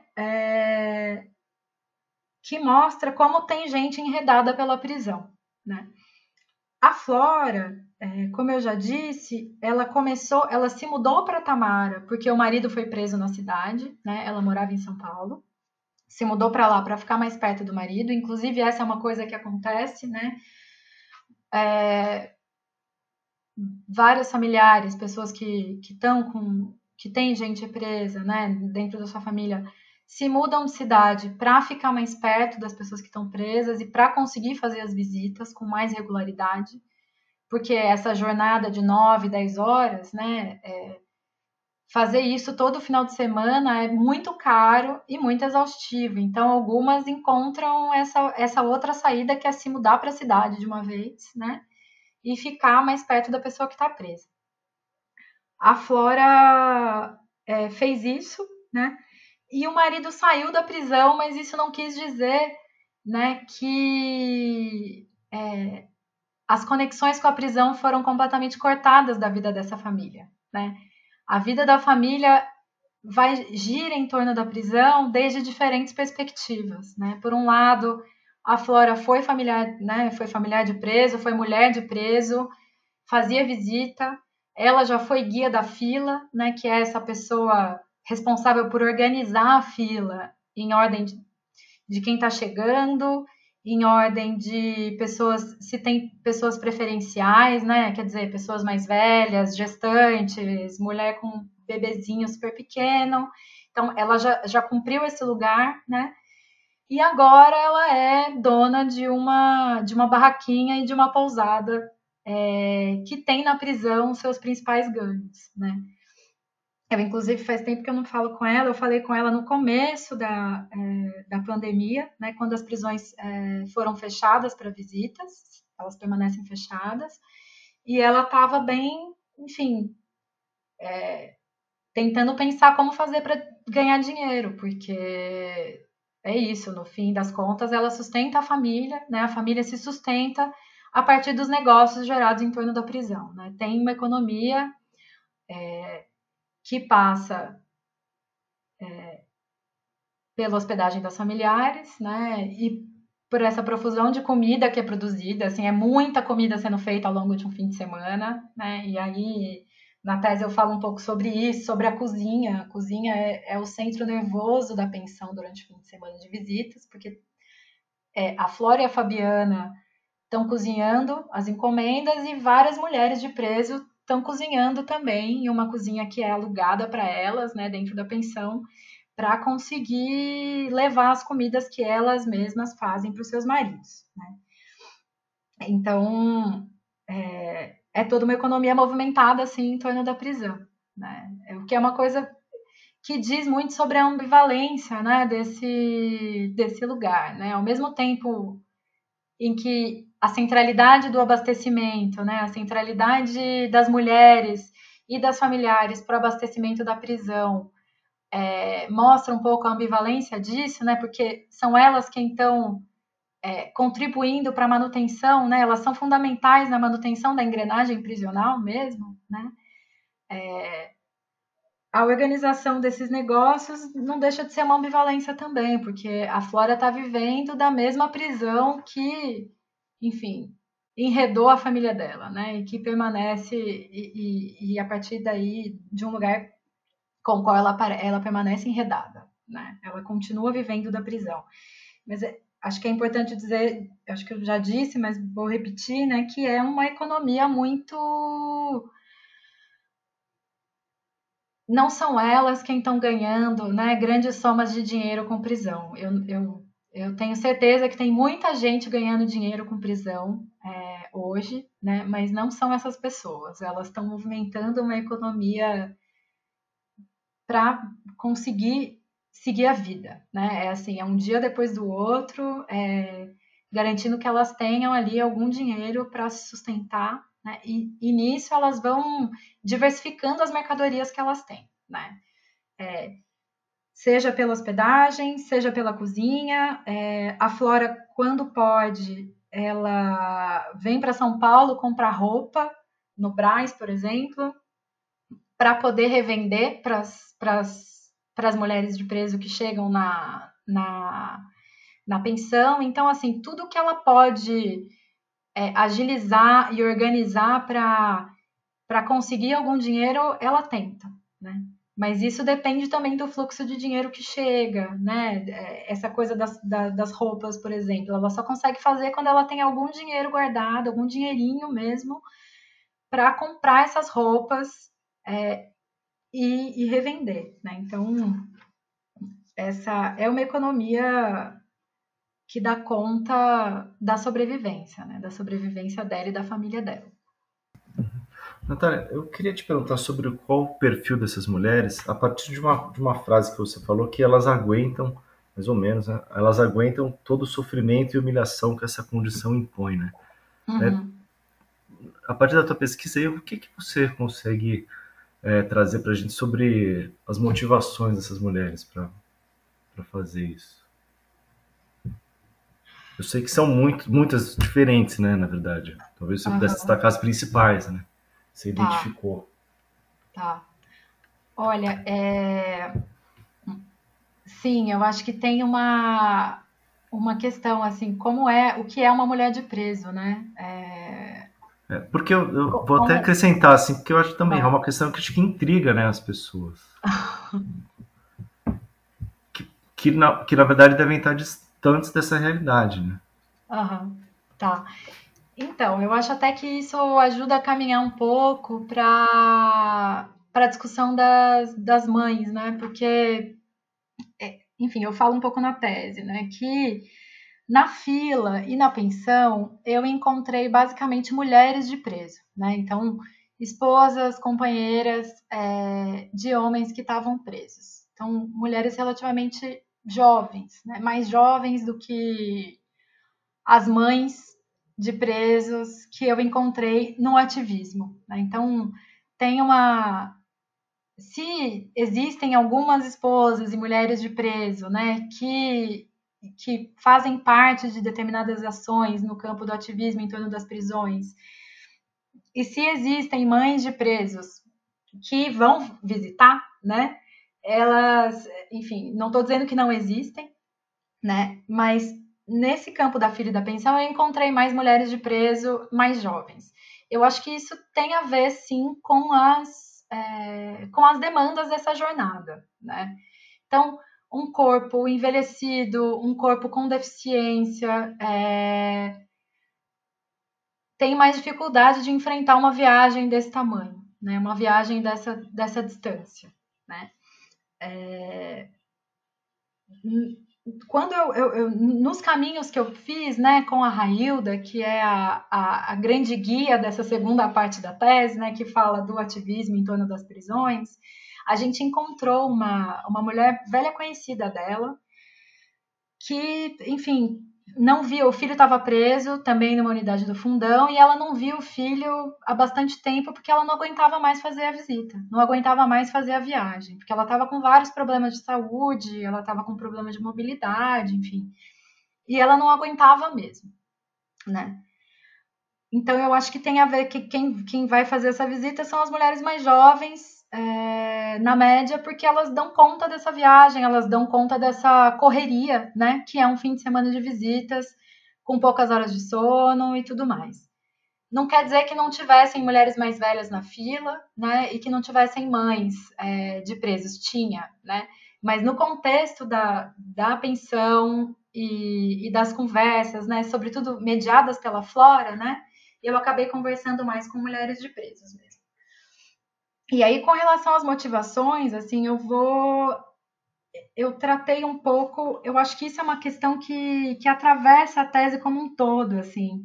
Que mostra como tem gente enredada pela prisão, né? A Flora, como eu já disse, ela se mudou para Tamara porque o marido foi preso na cidade, né? Ela morava em São Paulo, se mudou para lá para ficar mais perto do marido. Inclusive essa é uma coisa que acontece, né? Vários familiares, pessoas que têm gente presa, né, dentro da sua família, se mudam de cidade para ficar mais perto das pessoas que estão presas e para conseguir fazer as visitas com mais regularidade, porque essa jornada de 9, 10 horas, né, fazer isso todo final de semana é muito caro e muito exaustivo. Então, algumas encontram essa outra saída, que é se mudar para a cidade de uma vez, né, e ficar mais perto da pessoa que está presa. A Flora fez isso, né, e o marido saiu da prisão, mas isso não quis dizer, né, que as conexões com a prisão foram completamente cortadas da vida dessa família, né? A vida da família gira em torno da prisão desde diferentes perspectivas, né? Por um lado, a Flora foi familiar, né? Foi familiar de preso, foi mulher de preso, fazia visita. Ela já foi guia da fila, né? Que é essa pessoa responsável por organizar a fila em ordem de quem está chegando, em ordem de pessoas, se tem pessoas preferenciais, né? Quer dizer, pessoas mais velhas, gestantes, mulher com bebezinho super pequeno. Então, ela já cumpriu esse lugar, né? E agora ela é dona de uma barraquinha e de uma pousada que tem na prisão seus principais ganhos, né? Eu, inclusive, faz tempo que eu não falo com ela. Eu falei com ela no começo da pandemia, né, quando as prisões foram fechadas para visitas, elas permanecem fechadas, e ela estava bem, enfim, tentando pensar como fazer para ganhar dinheiro, porque é isso, no fim das contas, ela sustenta a família, né, a família se sustenta a partir dos negócios gerados em torno da prisão, né? Tem uma economia que passa pela hospedagem das familiares, né, e por essa profusão de comida que é produzida, assim, é muita comida sendo feita ao longo de um fim de semana, né, e aí na tese eu falo um pouco sobre isso, sobre a cozinha. A cozinha é o centro nervoso da pensão durante o fim de semana de visitas, porque a Flora e a Fabiana estão cozinhando as encomendas e várias mulheres de preso estão cozinhando também em uma cozinha que é alugada para elas, né, dentro da pensão, para conseguir levar as comidas que elas mesmas fazem para os seus maridos, né? Então, é toda uma economia movimentada assim em torno da prisão, né? O que é uma coisa que diz muito sobre a ambivalência, né, desse lugar, né? Ao mesmo tempo em que a centralidade do abastecimento, né, a centralidade das mulheres e das familiares para o abastecimento da prisão mostra um pouco a ambivalência disso, né? Porque são elas que estão contribuindo para a manutenção, né? Elas são fundamentais na manutenção da engrenagem prisional mesmo, né? A organização desses negócios não deixa de ser uma ambivalência também, porque a Flora está vivendo da mesma prisão que, enfim, enredou a família dela, né? E que permanece e a partir daí de um lugar com o qual ela permanece enredada, né? Ela continua vivendo da prisão. Mas acho que é importante dizer, acho que eu já disse, mas vou repetir, né, que é uma economia muito... Não são elas quem estão ganhando, né, grandes somas de dinheiro com prisão. Eu tenho certeza que tem muita gente ganhando dinheiro com prisão hoje, né, mas não são essas pessoas. Elas estão movimentando uma economia para conseguir seguir a vida, né? É assim, é um dia depois do outro, garantindo que elas tenham ali algum dinheiro para se sustentar, né? E nisso elas vão diversificando as mercadorias que elas têm, né? Seja pela hospedagem, seja pela cozinha. A Flora, quando pode, ela vem para São Paulo comprar roupa no Brás, por exemplo, para poder revender para as mulheres de preso que chegam na pensão. Então, assim, tudo que ela pode agilizar e organizar para conseguir algum dinheiro, ela tenta, né? Mas isso depende também do fluxo de dinheiro que chega, né? Essa coisa das roupas, por exemplo, ela só consegue fazer quando ela tem algum dinheiro guardado, algum dinheirinho mesmo, para comprar essas roupas e revender, né? Então, essa é uma economia que dá conta da sobrevivência, né? Da sobrevivência dela e da família dela.
Natália, eu queria te perguntar sobre qual o perfil dessas mulheres, a partir de uma frase que você falou, que elas aguentam, mais ou menos, né? Elas aguentam todo o sofrimento e humilhação que essa condição impõe, né? É,
Uhum.
a partir da tua pesquisa aí, o que que você consegue trazer para a gente sobre as motivações dessas mulheres para fazer isso? Eu sei que são muitas diferentes, né, na verdade. Talvez você pudesse
Aham.
destacar as principais, né? Você
Tá,
identificou.
tá. Olha, sim, eu acho que tem uma questão assim, o que é uma mulher de preso, né?
Porque eu vou até
Como,
acrescentar, assim, porque eu acho que também é
vai.
uma questão que acho que intriga, né, as pessoas. Que na verdade devem estar distantes dessa realidade, né?
Aham, tá. Então, eu acho até que isso ajuda a caminhar um pouco para a discussão das mães, né? Porque, enfim, eu falo um pouco na tese, né? Que na fila e na pensão eu encontrei basicamente mulheres de preso, né? Então, esposas, companheiras de homens que estavam presos. Então, mulheres relativamente jovens, né? Mais jovens do que as mães de presos que eu encontrei no ativismo, né? Então, tem uma. Se existem algumas esposas e mulheres de preso, né, que fazem parte de determinadas ações no campo do ativismo em torno das prisões, e se existem mães de presos que vão visitar, né, elas, enfim, não estou dizendo que não existem, né, mas nesse campo da filha e da pensão eu encontrei mais mulheres de preso mais jovens. Eu acho que isso tem a ver, sim, com as demandas dessa jornada, né? Então, um corpo envelhecido, um corpo com deficiência, tem mais dificuldade de enfrentar uma viagem desse tamanho, né? Uma viagem dessa distância, né? Quando nos caminhos que eu fiz, né, com a Railda, que é a grande guia dessa segunda parte da tese, né, que fala do ativismo em torno das prisões, a gente encontrou uma mulher velha conhecida dela, que, enfim, não viu, o filho estava preso também numa unidade do Fundão e ela não viu o filho há bastante tempo porque ela não aguentava mais fazer a visita, não aguentava mais fazer a viagem, porque ela estava com vários problemas de saúde, ela estava com problemas de mobilidade, enfim, e ela não aguentava mesmo, né? Então eu acho que tem a ver que quem vai fazer essa visita são as mulheres mais jovens, na média, porque elas dão conta dessa viagem, elas dão conta dessa correria, né? Que é um fim de semana de visitas, com poucas horas de sono e tudo mais. Não quer dizer que não tivessem mulheres mais velhas na fila, né? E que não tivessem mães de presos, tinha, né? Mas no contexto da pensão e das conversas, né? Sobretudo mediadas pela Flora, né? Eu acabei conversando mais com mulheres de presos mesmo. E aí, com relação às motivações, assim, eu tratei um pouco, eu acho que isso é uma questão que atravessa a tese como um todo, assim.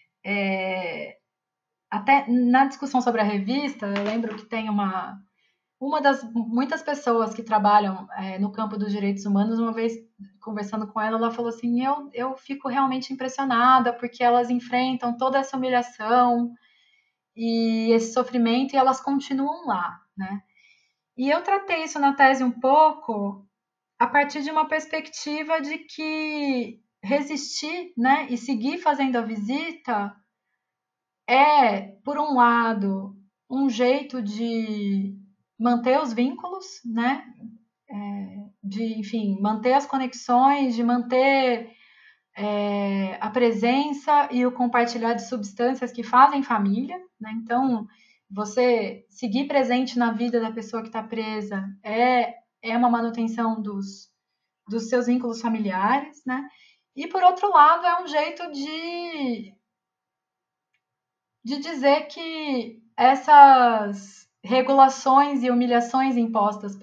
Até na discussão sobre a revista, eu lembro que tem uma das muitas pessoas que trabalham no campo dos direitos humanos, uma vez conversando com ela, ela falou assim: eu fico realmente impressionada porque elas enfrentam toda essa humilhação e esse sofrimento e elas continuam lá, né? E eu tratei isso na tese um pouco a partir de uma perspectiva de que resistir, né, e seguir fazendo a visita por um lado, um jeito de manter os vínculos, né, de, enfim, manter as conexões, de manter a presença e o compartilhar de substâncias que fazem família, né? Então, você seguir presente na vida da pessoa que está presa é uma manutenção dos seus vínculos familiares, né? E, por outro lado, é um jeito de dizer que essas regulações e humilhações impostas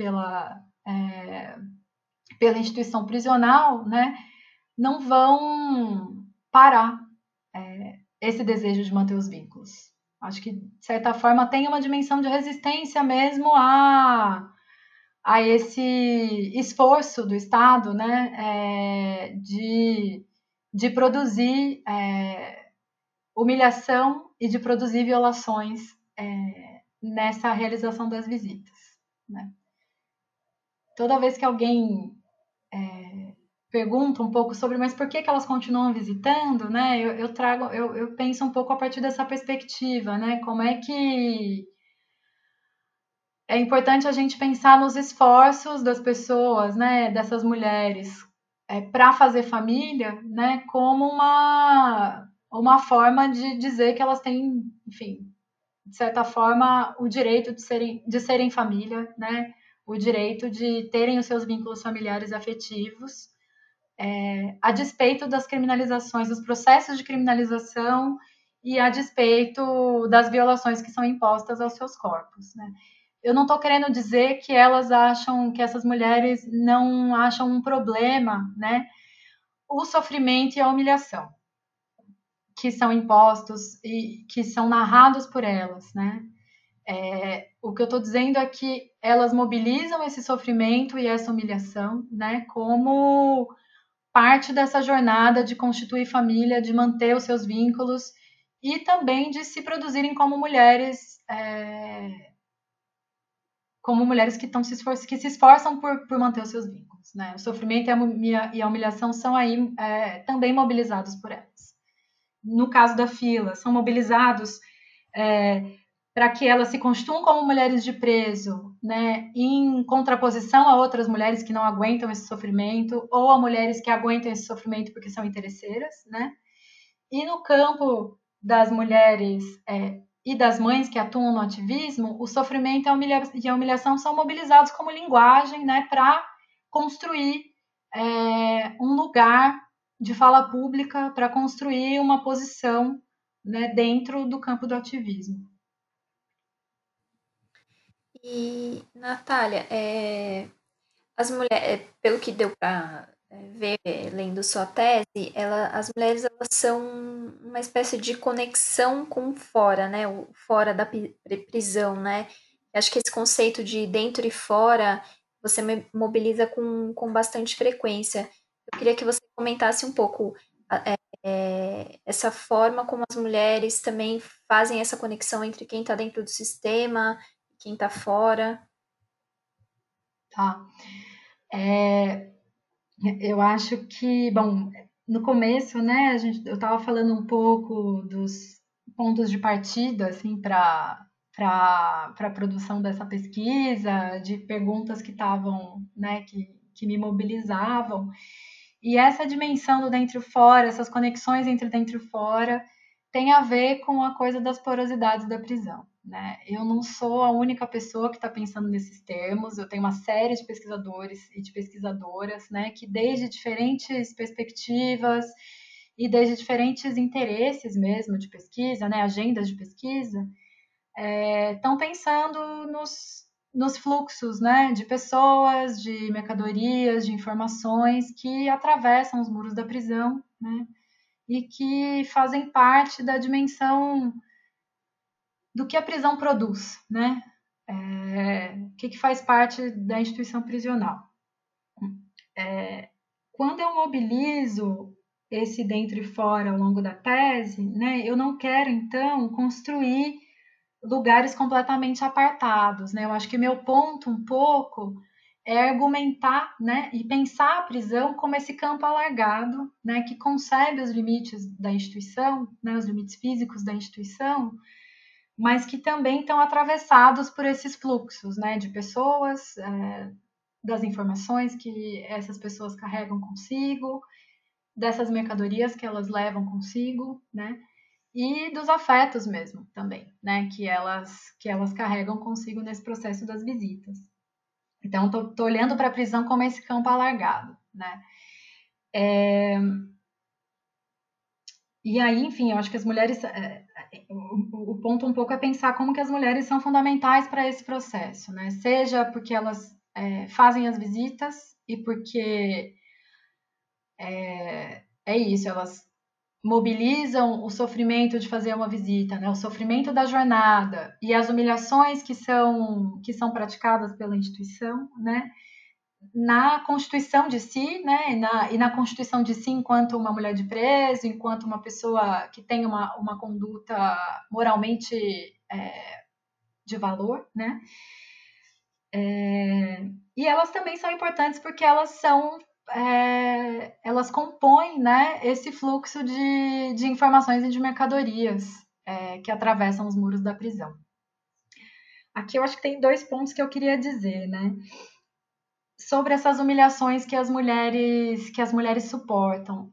pela instituição prisional, né, não vão parar esse desejo de manter os vínculos. Acho que, de certa forma, tem uma dimensão de resistência mesmo a esse esforço do Estado, né, de produzir humilhação e de produzir violações nessa realização das visitas, né? Toda vez que alguém pergunta um pouco sobre, mas por que elas continuam visitando, né? Eu penso um pouco a partir dessa perspectiva, né? Como é que é importante a gente pensar nos esforços das pessoas, né? Dessas mulheres para fazer família, né? Como uma forma de dizer que elas têm, enfim, de certa forma, o direito de serem família, né? O direito de terem os seus vínculos familiares afetivos, a despeito das criminalizações, dos processos de criminalização e a despeito das violações que são impostas aos seus corpos, né? Eu não estou querendo dizer que elas acham, que essas mulheres não acham um problema, né? O sofrimento e a humilhação que são impostos e que são narrados por elas, né? O que eu estou dizendo é que elas mobilizam esse sofrimento e essa humilhação, né? Como parte dessa jornada de constituir família, de manter os seus vínculos e também de se produzirem como mulheres que se esforçam por manter os seus vínculos, né? O sofrimento e a humilhação são aí também mobilizados por elas. No caso da fila, são mobilizados para que elas se constituam como mulheres de preso, né, em contraposição a outras mulheres que não aguentam esse sofrimento, ou a mulheres que aguentam esse sofrimento porque são interesseiras, né? E no campo das mulheres e das mães que atuam no ativismo, o sofrimento e a humilhação são mobilizados como linguagem, né, para construir um lugar de fala pública, para construir uma posição, né, dentro do campo do ativismo.
E, Natália, as mulheres, pelo que deu para ver lendo sua tese, as mulheres elas são uma espécie de conexão com fora, né? O fora da prisão, né? Acho que esse conceito de dentro e fora você mobiliza com bastante frequência. Eu queria que você comentasse um pouco essa forma como as mulheres também fazem essa conexão entre quem está dentro do sistema e quem está fora.
Tá. Eu acho que, bom, no começo, né, eu estava falando um pouco dos pontos de partida, assim, para a produção dessa pesquisa, de perguntas que estavam, né, que me mobilizavam. E essa dimensão do dentro e fora, essas conexões entre dentro e fora, tem a ver com a coisa das porosidades da prisão, né? Eu não sou a única pessoa que está pensando nesses termos, eu tenho uma série de pesquisadores e de pesquisadoras, né, que desde diferentes perspectivas e desde diferentes interesses mesmo de pesquisa, né, agendas de pesquisa, estão pensando nos fluxos, né, de pessoas, de mercadorias, de informações que atravessam os muros da prisão, né, e que fazem parte da dimensão do que a prisão produz, né? O que faz parte da instituição prisional. Quando eu mobilizo esse dentro e fora ao longo da tese, né, eu não quero, então, construir lugares completamente apartados, né? Eu acho que meu ponto um pouco é argumentar, né, e pensar a prisão como esse campo alargado, né, que concebe os limites da instituição, né, os limites físicos da instituição, mas que também estão atravessados por esses fluxos, né, de pessoas, das informações que essas pessoas carregam consigo, dessas mercadorias que elas levam consigo, né, e dos afetos mesmo também, né, que elas carregam consigo nesse processo das visitas. Então, tô olhando para a prisão como esse campo alargado, né. E aí, enfim, eu acho que as mulheres, o ponto um pouco é pensar como que as mulheres são fundamentais para esse processo, né, seja porque elas fazem as visitas e porque é isso, elas mobilizam o sofrimento de fazer uma visita, né? O sofrimento da jornada e as humilhações que são praticadas pela instituição, né? Na constituição de si, né? E na constituição de si enquanto uma mulher de preso, enquanto uma pessoa que tem uma conduta moralmente de valor, né? E elas também são importantes porque elas compõem, né, esse fluxo de informações e de mercadorias que atravessam os muros da prisão. Aqui eu acho que tem 2 pontos que eu queria dizer, né? Sobre essas humilhações que as mulheres suportam.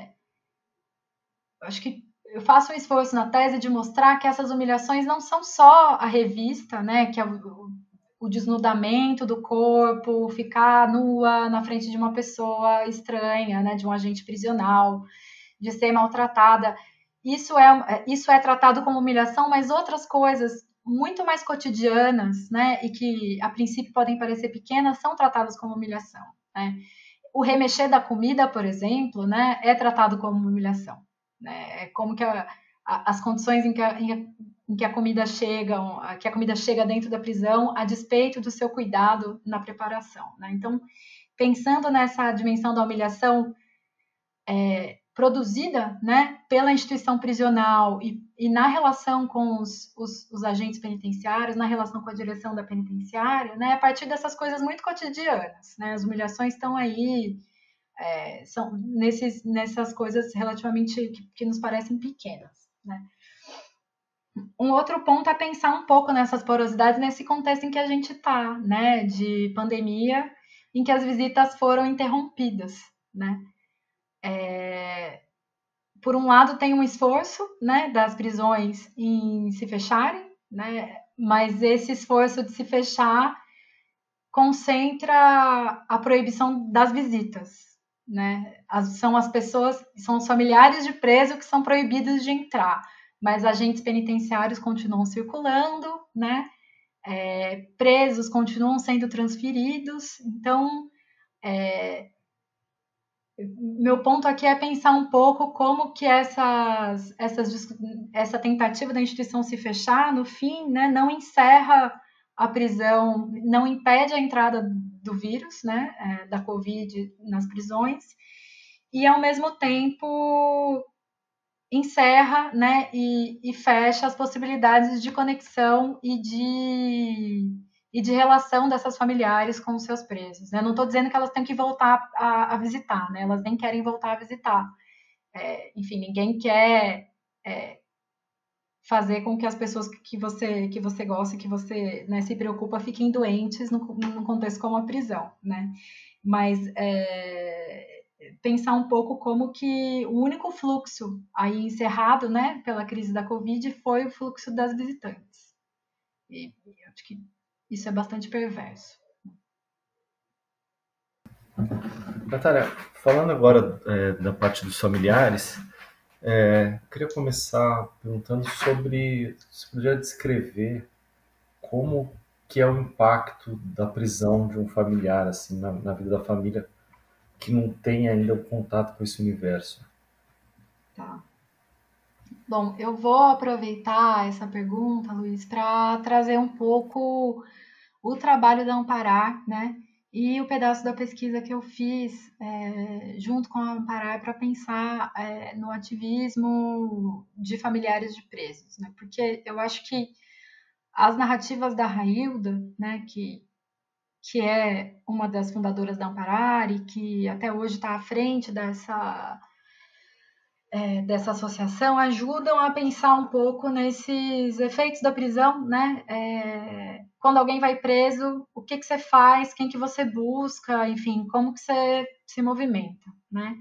Acho que eu faço um esforço na tese de mostrar que essas humilhações não são só a revista, né? Que é o desnudamento do corpo, ficar nua na frente de uma pessoa estranha, né? De um agente prisional, de ser maltratada. Isso é tratado como humilhação, mas outras coisas muito mais cotidianas, né? E que a princípio podem parecer pequenas, são tratadas como humilhação, né? O remexer da comida, por exemplo, né? É tratado como humilhação. Né? É como que as condições em que a comida chega dentro da prisão, a despeito do seu cuidado na preparação. Né? Então, pensando nessa dimensão da humilhação produzida, né, pela instituição prisional e na relação com os agentes penitenciários, na relação com a direção da penitenciária, né, a partir dessas coisas muito cotidianas. Né? As humilhações estão aí, são nessas coisas relativamente que nos parecem pequenas. Né? Um outro ponto é pensar um pouco nessas porosidades nesse contexto em que a gente está, né, de pandemia, em que as visitas foram interrompidas. Né? Por um lado, tem um esforço, né, das prisões em se fecharem, né, mas esse esforço de se fechar concentra a proibição das visitas. Né? São as pessoas, são os familiares de preso que são proibidos de entrar, mas agentes penitenciários continuam circulando, né? Presos continuam sendo transferidos. Então, meu ponto aqui é pensar um pouco como que essa tentativa da instituição se fechar, no fim, né, não encerra a prisão, não impede a entrada do vírus, né, da Covid nas prisões, e ao mesmo tempo encerra, né, e fecha as possibilidades de conexão e de relação dessas familiares com os seus presos. Né? Não estou dizendo que elas têm que voltar a visitar, né? Elas nem querem voltar a visitar. Enfim, ninguém quer fazer com que as pessoas que você gosta, que você, né, se preocupa, fiquem doentes num contexto como a prisão. Né? Mas pensar um pouco como que o único fluxo aí encerrado, né, pela crise da Covid foi o fluxo das visitantes. E acho que isso é bastante perverso.
Natália, falando agora da parte dos familiares, queria começar perguntando sobre, se poderia descrever como que é o impacto da prisão de um familiar assim na vida da família que não tem ainda o contato com esse universo.
Tá. Bom, eu vou aproveitar essa pergunta, Luiz, para trazer um pouco o trabalho da Amparar, né? E o pedaço da pesquisa que eu fiz junto com a Amparar para pensar no ativismo de familiares de presos, né? Porque eu acho que as narrativas da Railda, né, que é uma das fundadoras da Amparar e que até hoje está à frente dessa associação, ajudam a pensar um pouco nesses efeitos da prisão, né? Quando alguém vai preso, o que você faz, quem que você busca, enfim, como que você se movimenta, né?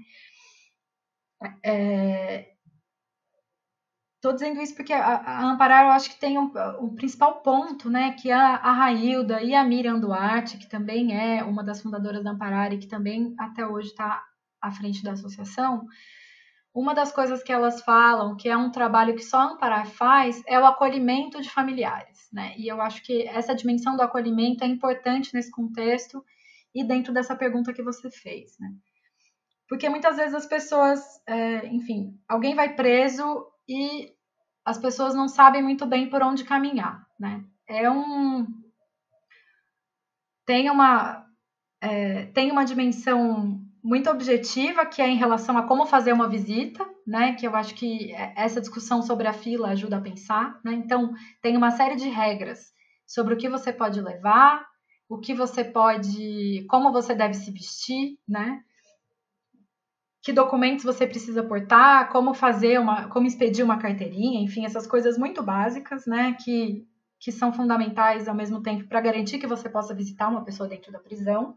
Estou dizendo isso porque a Amparar, eu acho que tem um principal ponto, né? Que a Railda e a Miriam Duarte, que também é uma das fundadoras da Amparar e que também até hoje está à frente da associação, uma das coisas que elas falam, que é um trabalho que só a Amparar faz, é o acolhimento de familiares, né? E eu acho que essa dimensão do acolhimento é importante nesse contexto e dentro dessa pergunta que você fez, né? porque muitas vezes as pessoas, enfim, alguém vai preso e as pessoas não sabem muito bem por onde caminhar, né? Tem uma dimensão muito objetiva, que é em relação a como fazer uma visita, né? Que eu acho que essa discussão sobre a fila ajuda a pensar, né? Então, tem uma série de regras sobre o que você pode levar, como você deve se vestir, né? Que documentos você precisa portar, como expedir uma carteirinha, enfim, essas coisas muito básicas, né? Que são fundamentais ao mesmo tempo para garantir que você possa visitar uma pessoa dentro da prisão.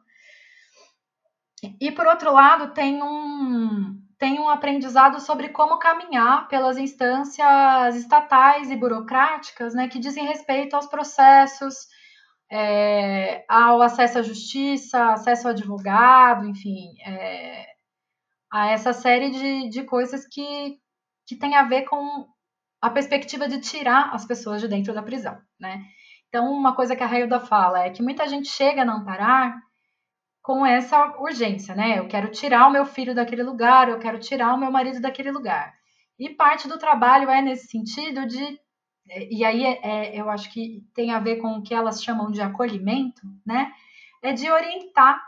E, por outro lado, tem um aprendizado sobre como caminhar pelas instâncias estatais e burocráticas, né, que dizem respeito aos processos, ao acesso à justiça, acesso ao advogado, enfim, a essa série de coisas que tem a ver com a perspectiva de tirar as pessoas de dentro da prisão, né? Então, uma coisa que a Railda fala é que muita gente chega na Amparar com essa urgência, né? Eu quero tirar o meu filho daquele lugar, eu quero tirar o meu marido daquele lugar. E parte do trabalho é nesse sentido e aí eu acho que tem a ver com o que elas chamam de acolhimento, né? É de orientar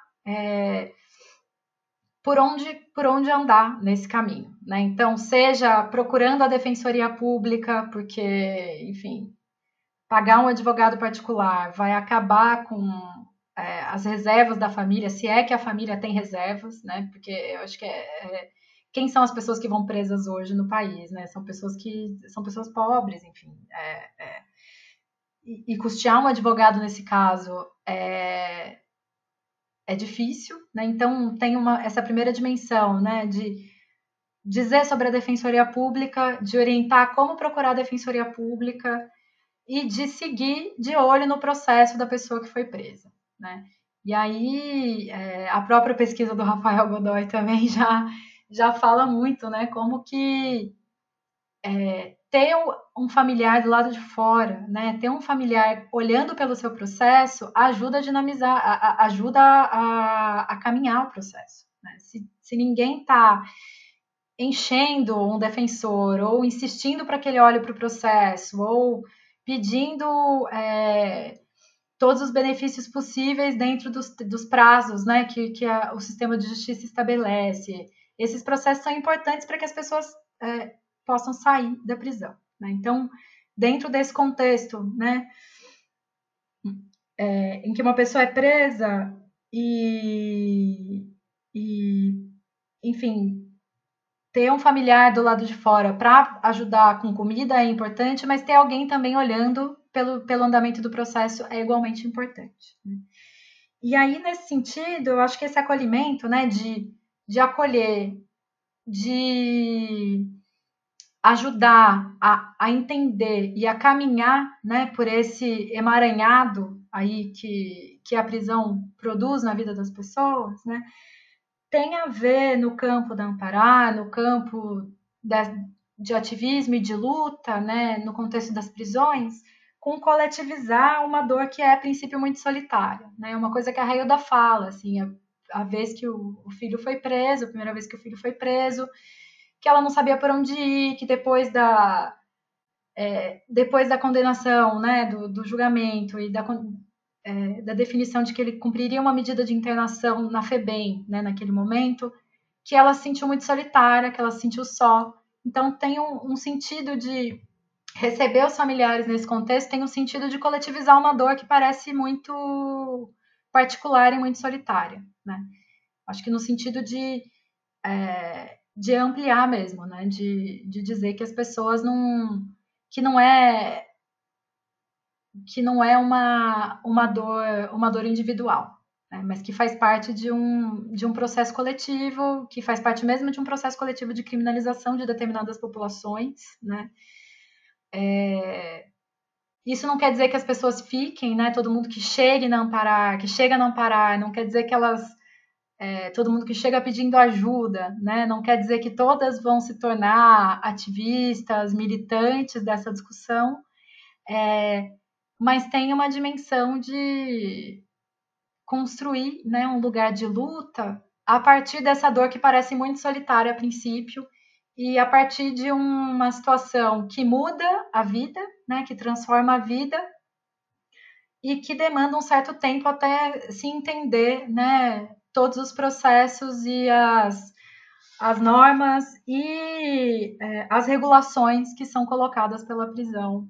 por onde andar nesse caminho, né? Então, seja procurando a defensoria pública, porque, enfim, pagar um advogado particular vai acabar com as reservas da família, se é que a família tem reservas, né? Porque eu acho que quem são as pessoas que vão presas hoje no país, né? São pessoas pobres, enfim. E custear um advogado nesse caso é difícil, né? Então tem essa primeira dimensão, né? De dizer sobre a defensoria pública, de orientar como procurar a defensoria pública e de seguir de olho no processo da pessoa que foi presa, né? E aí, a própria pesquisa do Rafael Godoy também já fala muito, né? Como que ter um familiar do lado de fora, né? Ter um familiar olhando pelo seu processo ajuda a dinamizar, ajuda a caminhar o processo, né? Se ninguém está enchendo um defensor ou insistindo para que ele olhe para o processo ou pedindo todos os benefícios possíveis dentro dos prazos, né, que o sistema de justiça estabelece. Esses processos são importantes para que as pessoas possam sair da prisão, né? Então, dentro desse contexto, né, em que uma pessoa é presa e enfim, ter um familiar do lado de fora para ajudar com comida é importante, mas ter alguém também olhando pelo andamento do processo é igualmente importante, né? E aí, nesse sentido, eu acho que esse acolhimento, né, de acolher, de ajudar a entender e a caminhar, né, por esse emaranhado aí que a prisão produz na vida das pessoas, né, tem a ver no campo da Amparar, no campo de ativismo e de luta, né, no contexto das prisões, com coletivizar uma dor que é, a princípio, muito solitária, né? Uma coisa que a Railda fala, assim, a vez que o filho foi preso, a primeira vez que o filho foi preso, que ela não sabia por onde ir, que depois da condenação, né, do julgamento e da definição de que ele cumpriria uma medida de internação na FEBEM, né, naquele momento, que ela se sentiu muito solitária, que ela se sentiu só. Então, tem um sentido de receber os familiares nesse contexto, tem um sentido de coletivizar uma dor que parece muito particular e muito solitária, né? Acho que no sentido de ampliar mesmo, né? De dizer que as pessoas que não é uma dor individual, né? Mas que faz parte de um processo coletivo, que faz parte mesmo de um processo coletivo de criminalização de determinadas populações, né? Isso não quer dizer que as pessoas fiquem, né? Todo mundo que chega na Amparar, não quer dizer que todo mundo que chega pedindo ajuda, né? Não quer dizer que todas vão se tornar ativistas, militantes dessa discussão, mas tem uma dimensão de construir, né, um lugar de luta a partir dessa dor que parece muito solitária a princípio, e a partir de uma situação que muda a vida, né, que transforma a vida, e que demanda um certo tempo até se entender, né, todos os processos e as normas e as regulações que são colocadas pela prisão.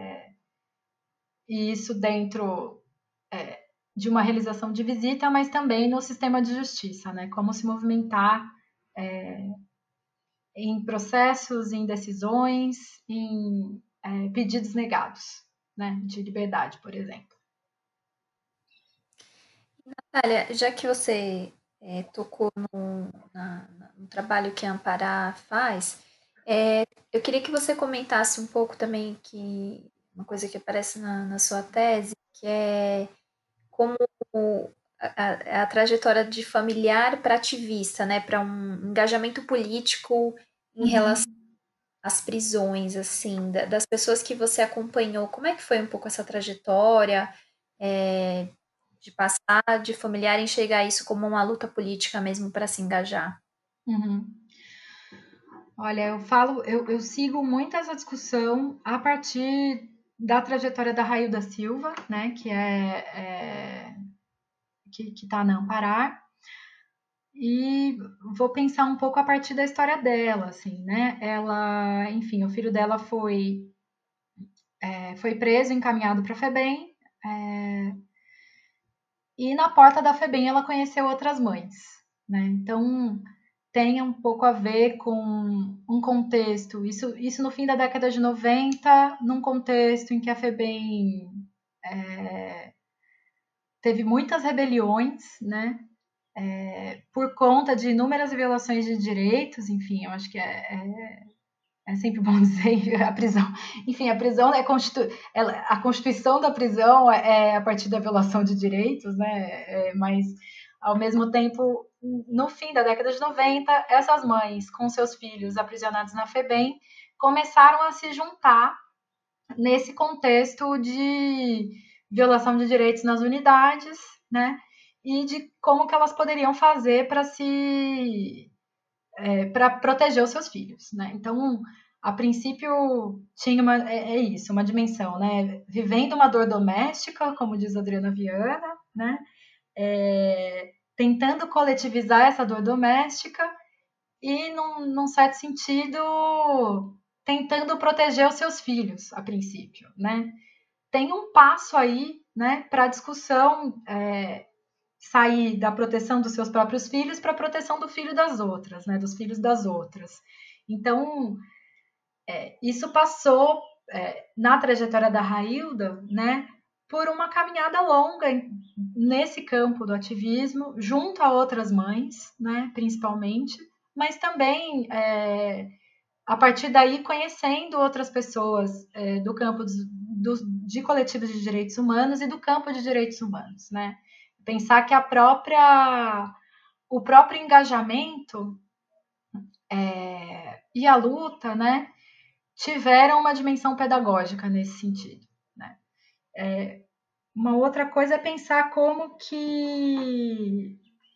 E isso dentro de uma realização de visita, mas também no sistema de justiça, né? Como se movimentar em processos, em decisões, em pedidos negados, né? De liberdade, por exemplo.
Natália, já que você tocou no trabalho que a Ampará faz, eu queria que você comentasse um pouco também que uma coisa que aparece na sua tese, que é como a trajetória de familiar para ativista, né, para um engajamento político em relação às prisões, assim, das pessoas que você acompanhou. Como é que foi um pouco essa trajetória? De passar de familiar e enxergar isso como uma luta política mesmo para se engajar.
Olha, eu sigo muito essa discussão a partir da trajetória da Railda Silva, né, que está na Ampará, e vou pensar um pouco a partir da história dela, assim, né? Ela, enfim, o filho dela foi preso, encaminhado para a FEBEM, e na porta da FEBEM ela conheceu outras mães, né? Então tem um pouco a ver com um contexto, isso no fim da década de 90, num contexto em que a FEBEM teve muitas rebeliões, né? Por conta de inúmeras violações de direitos, enfim, eu acho que é sempre bom dizer, a prisão, enfim, a prisão a constituição da prisão é a partir da violação de direitos, né? Mas, ao mesmo tempo, no fim da década de 90, essas mães com seus filhos aprisionados na FEBEM começaram a se juntar nesse contexto de violação de direitos nas unidades, né? E de como que elas poderiam fazer para proteger os seus filhos, né? Então, a princípio tinha uma dimensão, né? Vivendo uma dor doméstica, como diz a Adriana Viana, né? Tentando coletivizar essa dor doméstica e, num certo sentido, tentando proteger os seus filhos, a princípio, né? Tem um passo aí, né, para a discussão sair da proteção dos seus próprios filhos para a proteção do filho das outras, né, dos filhos das outras. Então, isso passou na trajetória da Railda, né, por uma caminhada longa nesse campo do ativismo, junto a outras mães, né, principalmente, mas também a partir daí conhecendo outras pessoas do campo de coletivos de direitos humanos e do campo de direitos humanos, né? Pensar que o próprio engajamento e a luta, né, tiveram uma dimensão pedagógica nesse sentido, né? Uma outra coisa é pensar como que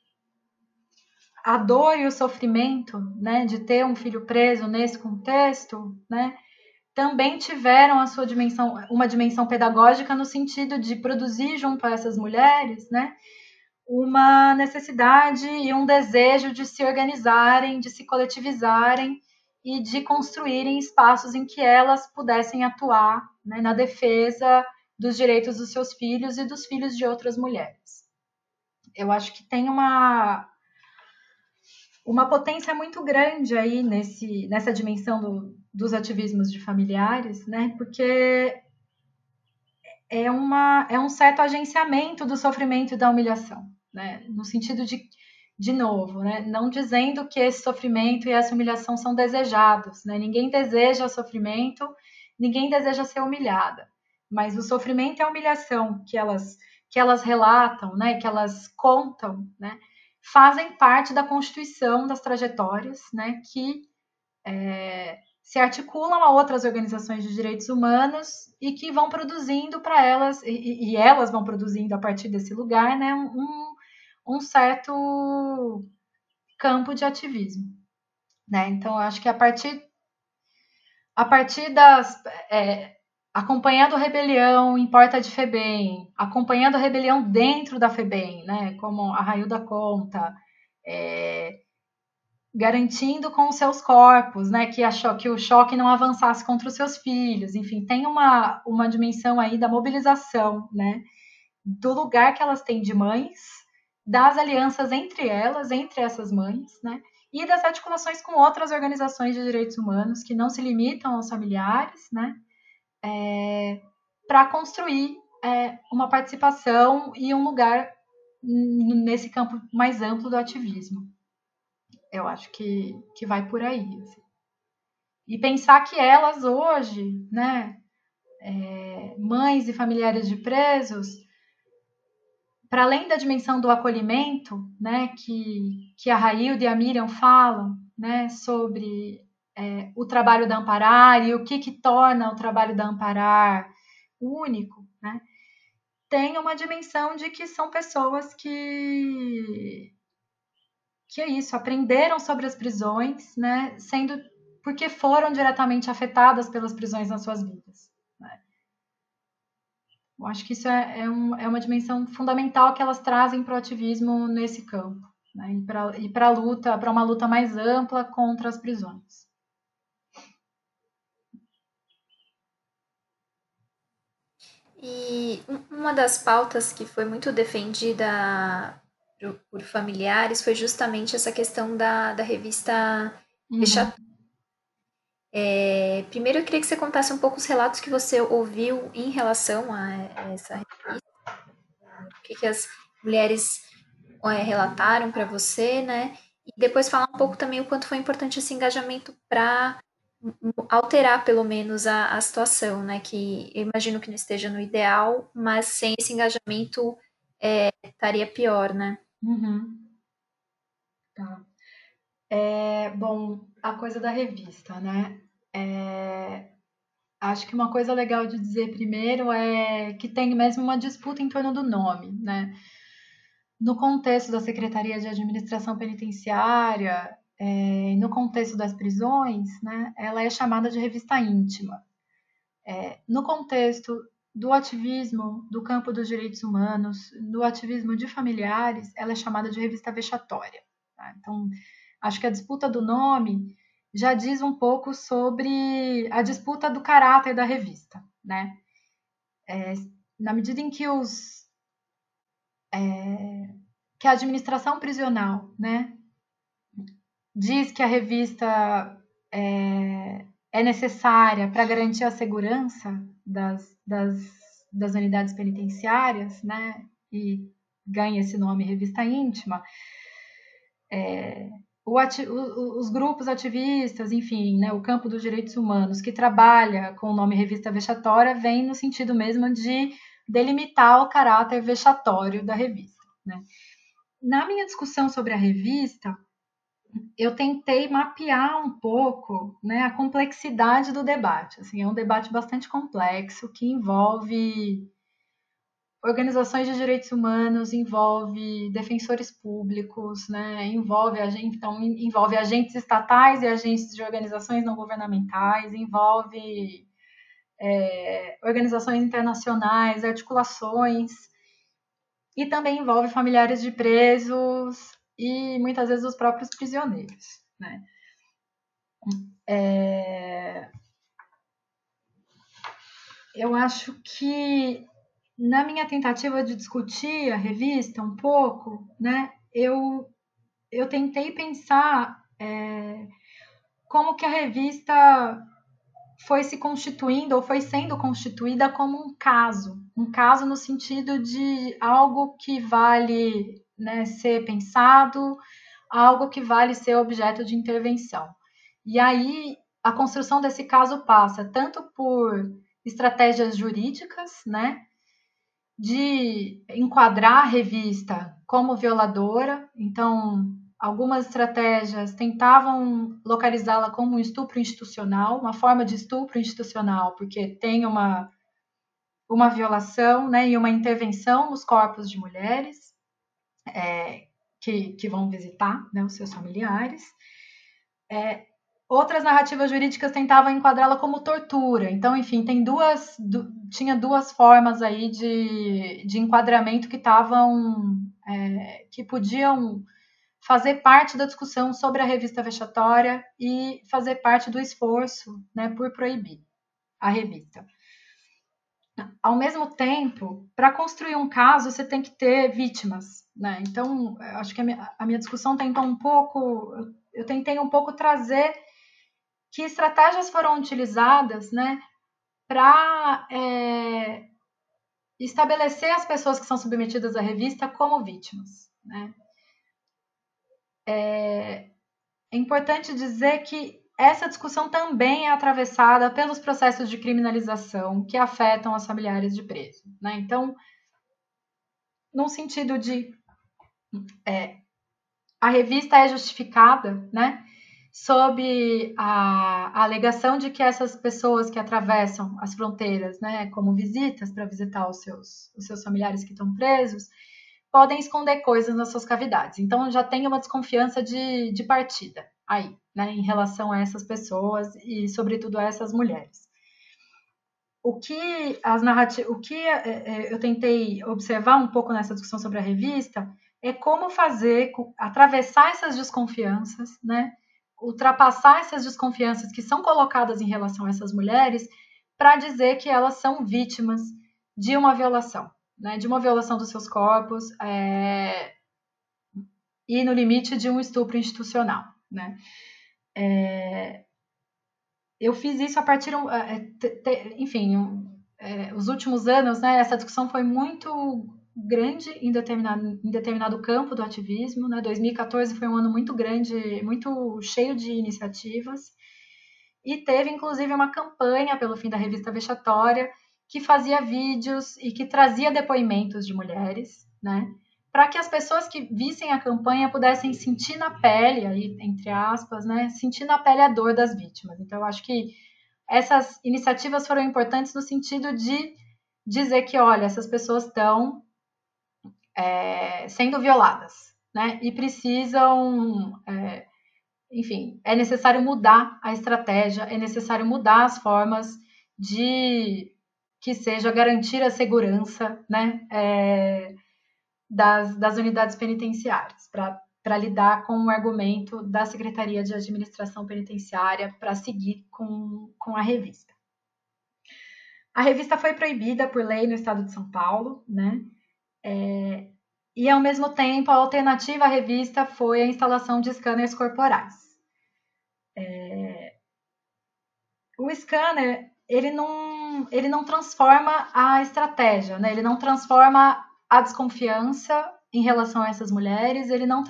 a dor e o sofrimento, né, de ter um filho preso nesse contexto, né, também tiveram a sua dimensão, uma dimensão pedagógica no sentido de produzir junto a essas mulheres, né, uma necessidade e um desejo de se organizarem, de se coletivizarem e de construírem espaços em que elas pudessem atuar, né, na defesa dos direitos dos seus filhos e dos filhos de outras mulheres. Eu acho que tem uma potência muito grande aí nessa dimensão dos ativismos de familiares, né? Porque é um certo agenciamento do sofrimento e da humilhação, né? No sentido de novo, né? Não dizendo que esse sofrimento e essa humilhação são desejados, né? Ninguém deseja sofrimento, ninguém deseja ser humilhada, mas o sofrimento e a humilhação que elas relatam, né? Que elas contam, né? Fazem parte da constituição das trajetórias, né? Que se articulam a outras organizações de direitos humanos e que vão produzindo para elas, e elas vão produzindo a partir desse lugar, né, um certo campo de ativismo, né? Então, eu acho que a partir das... acompanhando a rebelião em Porta de Febem, acompanhando a rebelião dentro da Febem, né? Como a Railda conta, garantindo com os seus corpos, né? Que o choque não avançasse contra os seus filhos. Enfim, tem uma dimensão aí da mobilização, né? Do lugar que elas têm de mães, das alianças entre elas, entre essas mães, né? E das articulações com outras organizações de direitos humanos que não se limitam aos familiares, né? Para construir uma participação e um lugar nesse campo mais amplo do ativismo. Eu acho que vai por aí. Assim. E pensar que elas hoje, né, mães e familiares de presos, para além da dimensão do acolhimento, né, que a Railda e a Miriam falam, né, sobre o trabalho da Amparar e o que torna o trabalho da Amparar único, né, tem uma dimensão de que são pessoas que é isso, aprenderam sobre as prisões, né, porque foram diretamente afetadas pelas prisões nas suas vidas. Né? Eu acho que isso é uma dimensão fundamental que elas trazem para o ativismo nesse campo, né, e para uma luta mais ampla contra as prisões.
E uma das pautas que foi muito defendida por familiares foi justamente essa questão da revista Vexatória. Primeiro eu queria que você contasse um pouco os relatos que você ouviu em relação a essa revista, o que as mulheres relataram para você, né? E depois falar um pouco também o quanto foi importante esse engajamento para alterar pelo menos a situação, né? Que eu imagino que não esteja no ideal, mas sem esse engajamento estaria pior, né?
Tá. Bom, a coisa da revista, né? Acho que uma coisa legal de dizer primeiro é que tem mesmo uma disputa em torno do nome, né? No contexto da Secretaria de Administração Penitenciária, no contexto das prisões, né, ela é chamada de revista íntima. No contexto do ativismo do campo dos direitos humanos, do ativismo de familiares, ela é chamada de revista vexatória. Tá? Então, acho que a disputa do nome já diz um pouco sobre a disputa do caráter da revista. Né? Na medida em que que a administração prisional, né, diz que a revista é necessária para garantir a segurança das unidades penitenciárias, né, e ganha esse nome Revista Íntima, os grupos ativistas, enfim, né, o campo dos direitos humanos que trabalha com o nome Revista Vexatória vem no sentido mesmo de delimitar o caráter vexatório da revista. Né? Na minha discussão sobre a revista, eu tentei mapear um pouco, né, a complexidade do debate. Assim, é um debate bastante complexo que envolve organizações de direitos humanos, envolve defensores públicos, né, envolve agentes estatais e agentes de organizações não governamentais, envolve organizações internacionais, articulações, e também envolve familiares de presos e muitas vezes os próprios prisioneiros. Né? Eu acho que na minha tentativa de discutir a revista um pouco, né, eu tentei pensar como que a revista foi se constituindo ou foi sendo constituída como um caso no sentido de algo que vale, né, ser pensado, algo que vale ser objeto de intervenção. E aí a construção desse caso passa tanto por estratégias jurídicas, né, de enquadrar a revista como violadora, então algumas estratégias tentavam localizá-la como um estupro institucional, uma forma de estupro institucional, porque tem uma violação, né, e uma intervenção nos corpos de mulheres, que vão visitar, né, os seus familiares. Outras narrativas jurídicas tentavam enquadrá-la como tortura. Então, enfim, tinha duas formas aí de enquadramento que podiam fazer parte da discussão sobre a revista vexatória e fazer parte do esforço, né, por proibir a revista. Ao mesmo tempo, para construir um caso, você tem que ter vítimas, né? Então, acho que a minha discussão tentou eu tentei um pouco trazer que estratégias foram utilizadas, né, para estabelecer as pessoas que são submetidas à revista como vítimas, né? É importante dizer que essa discussão também é atravessada pelos processos de criminalização que afetam os familiares de preso, né? Então, num sentido de a revista é justificada, né, sob a alegação de que essas pessoas que atravessam as fronteiras, né, como visitas para visitar os seus familiares que estão presos, podem esconder coisas nas suas cavidades. Então, já tem uma desconfiança de partida aí, né, em relação a essas pessoas e, sobretudo, a essas mulheres. O que eu tentei observar um pouco nessa discussão sobre a revista é como atravessar essas desconfianças, né, ultrapassar essas desconfianças que são colocadas em relação a essas mulheres para dizer que elas são vítimas de uma violação, né, de uma violação dos seus corpos e, no limite, de um estupro institucional, né. Eu fiz isso a partir, enfim, os últimos anos, né, essa discussão foi muito grande em determinado campo do ativismo, né? 2014 foi um ano muito grande, muito cheio de iniciativas, e teve inclusive uma campanha pelo fim da revista vexatória que fazia vídeos e que trazia depoimentos de mulheres, né, para que as pessoas que vissem a campanha pudessem sentir na pele, aí, entre aspas, né, sentir na pele a dor das vítimas. Então, eu acho que essas iniciativas foram importantes no sentido de dizer que, olha, essas pessoas estão sendo violadas, né, e precisam, enfim, é necessário mudar a estratégia, é necessário mudar as formas de que seja garantir a segurança, né, das unidades penitenciárias, para lidar com o argumento da Secretaria de Administração Penitenciária para seguir com a revista. A revista foi proibida por lei no estado de São Paulo, né? E, ao mesmo tempo, a alternativa à revista foi a instalação de scanners corporais. O scanner, ele não transforma a estratégia, né? Ele não transforma a desconfiança em relação a essas mulheres, ele não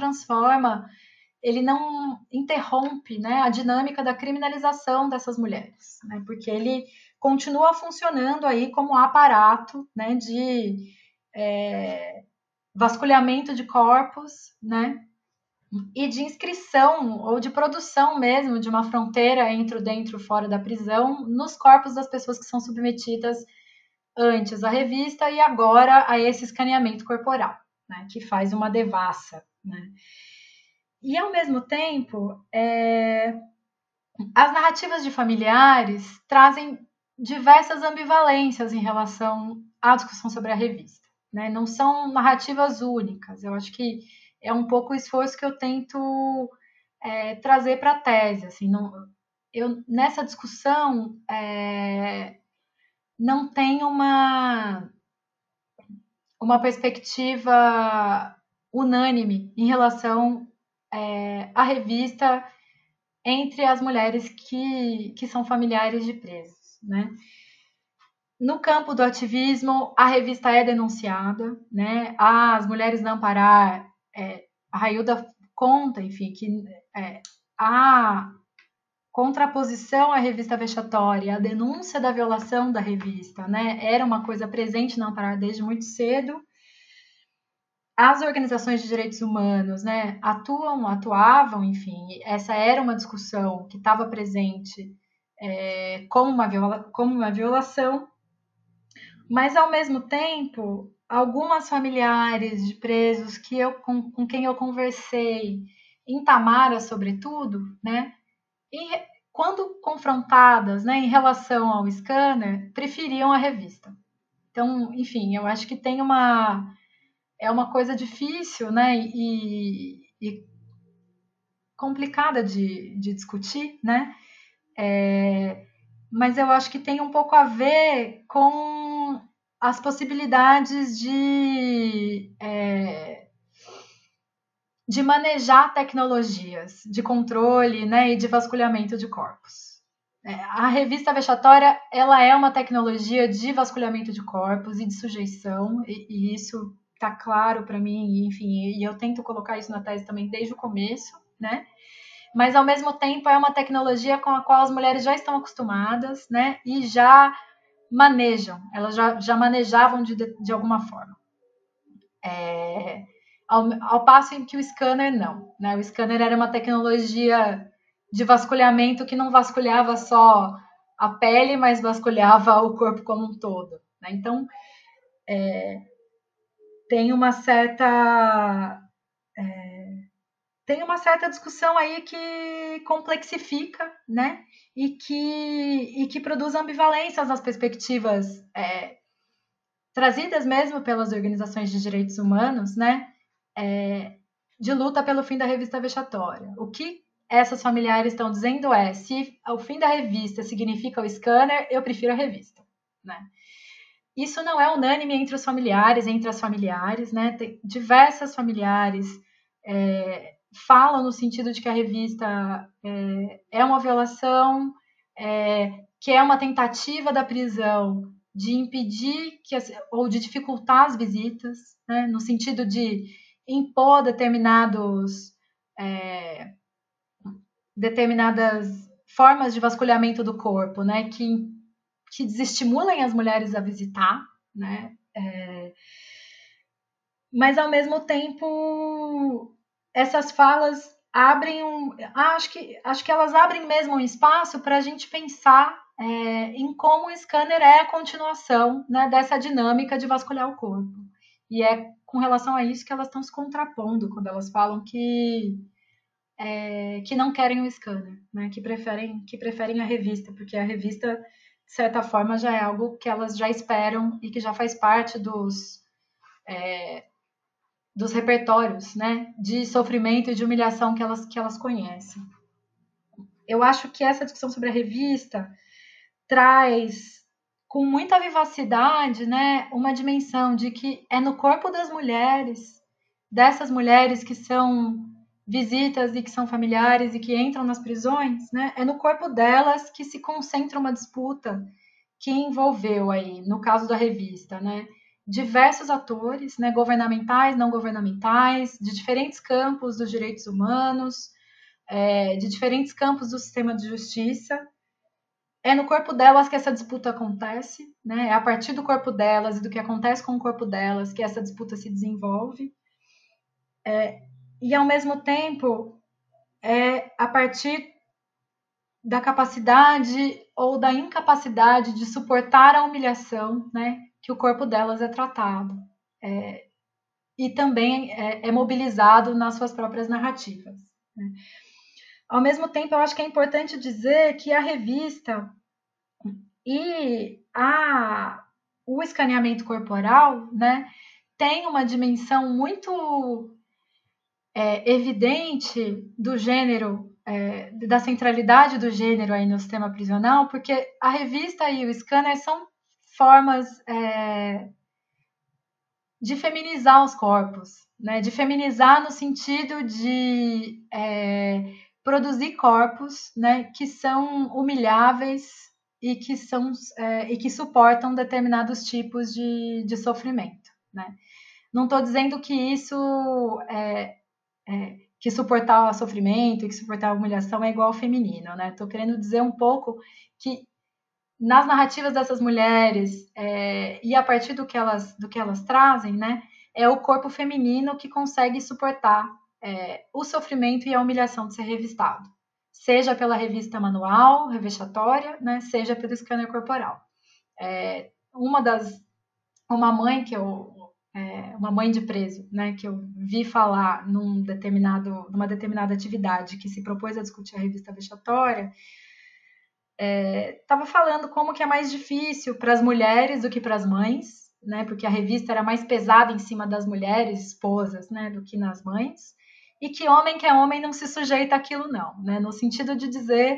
interrompe, né, a dinâmica da criminalização dessas mulheres, né? Porque ele continua funcionando aí como aparato, né, de vasculhamento de corpos, né, e de inscrição ou de produção mesmo de uma fronteira entre o dentro e fora da prisão nos corpos das pessoas que são submetidas antes à revista e agora a esse escaneamento corporal, né, que faz uma devassa, né. E, ao mesmo tempo, as narrativas de familiares trazem diversas ambivalências em relação à discussão sobre a revista, né? Não são narrativas únicas. Eu acho que é um pouco o esforço que eu tento trazer para a tese. Assim, nessa discussão não tem uma perspectiva unânime em relação à revista entre as mulheres que são familiares de presos, né? No campo do ativismo, a revista é denunciada, né? As Mulheres na Amparar, a Railda conta, enfim, que a contraposição à revista vexatória, a denúncia da violação da revista, né, era uma coisa presente na Amparar desde muito cedo. As organizações de direitos humanos, né, atuavam, enfim, essa era uma discussão que estava presente como uma violação, mas, ao mesmo tempo, algumas familiares de presos com quem eu conversei, em Tamara, sobretudo, né? Quando confrontadas, né, em relação ao scanner, preferiam a revista. Então, enfim, eu acho que é uma coisa difícil, né, e complicada de discutir, né? Mas eu acho que tem um pouco a ver com as possibilidades de manejar tecnologias de controle, né, e de vasculhamento de corpos. A revista vexatória, ela é uma tecnologia de vasculhamento de corpos e de sujeição, e isso está claro para mim, enfim, e eu tento colocar isso na tese também desde o começo, né? Mas ao mesmo tempo é uma tecnologia com a qual as mulheres já estão acostumadas, né? E já manejam, elas já manejavam de alguma forma. Ao passo em que o scanner não, né? O scanner era uma tecnologia de vasculhamento que não vasculhava só a pele, mas vasculhava o corpo como um todo, né? Então, tem uma certa discussão aí que complexifica, né? E que produz ambivalências nas perspectivas trazidas mesmo pelas organizações de direitos humanos, né? De luta pelo fim da revista vexatória. O que essas familiares estão dizendo é: se o fim da revista significa o scanner, eu prefiro a revista, né? Isso não é unânime entre os familiares, entre as familiares, né? Tem diversas familiares falam no sentido de que a revista é uma violação, que é uma tentativa da prisão de impedir ou de dificultar as visitas, né? No sentido de impor determinadas formas de vasculhamento do corpo, né? Que desestimulem as mulheres a visitar, né? Mas ao mesmo tempo essas falas abrem acho que elas abrem mesmo um espaço para a gente pensar em como o scanner é a continuação, né, dessa dinâmica de vasculhar o corpo. E é com relação a isso que elas estão se contrapondo quando elas falam que não querem o scanner, né, que preferem a revista, porque a revista, de certa forma, já é algo que elas já esperam e que já faz parte dos repertórios, né, de sofrimento e de humilhação que elas conhecem. Eu acho que essa discussão sobre a revista traz com muita vivacidade, né, uma dimensão de que é no corpo das mulheres, dessas mulheres que são visitas e que são familiares e que entram nas prisões, né, é no corpo delas que se concentra uma disputa que envolveu aí, no caso da revista, né, diversos atores, né, governamentais, não governamentais, de diferentes campos dos direitos humanos, de diferentes campos do sistema de justiça. É no corpo delas que essa disputa acontece, né? É a partir do corpo delas e do que acontece com o corpo delas que essa disputa se desenvolve. E, ao mesmo tempo, a partir da capacidade ou da incapacidade de suportar a humilhação, né, que o corpo delas é tratado. E também é mobilizado nas suas próprias narrativas, né? Ao mesmo tempo, eu acho que é importante dizer que a revista e o escaneamento corporal, né, tem uma dimensão muito evidente do gênero, da centralidade do gênero aí no sistema prisional, porque a revista e o scanner são formas de feminizar os corpos, né, de feminizar no sentido de produzir corpos, né, que são humilháveis e que suportam determinados tipos de sofrimento, né? Não estou dizendo que isso que suportar o sofrimento, que suportar a humilhação é igual ao feminino, né? Estou querendo dizer um pouco que nas narrativas dessas mulheres e a partir do que elas trazem, né, é o corpo feminino que consegue suportar o sofrimento e a humilhação de ser revistado, seja pela revista manual, revexatória, né, seja pelo scanner corporal. Uma mãe que eu uma mãe de preso, né, que eu vi falar numa determinada atividade que se propôs a discutir a revista vexatória, estava falando como que é mais difícil para as mulheres do que para as mães, né, porque a revista era mais pesada em cima das mulheres, esposas, né, do que nas mães, e que é homem não se sujeita àquilo não, né, no sentido de dizer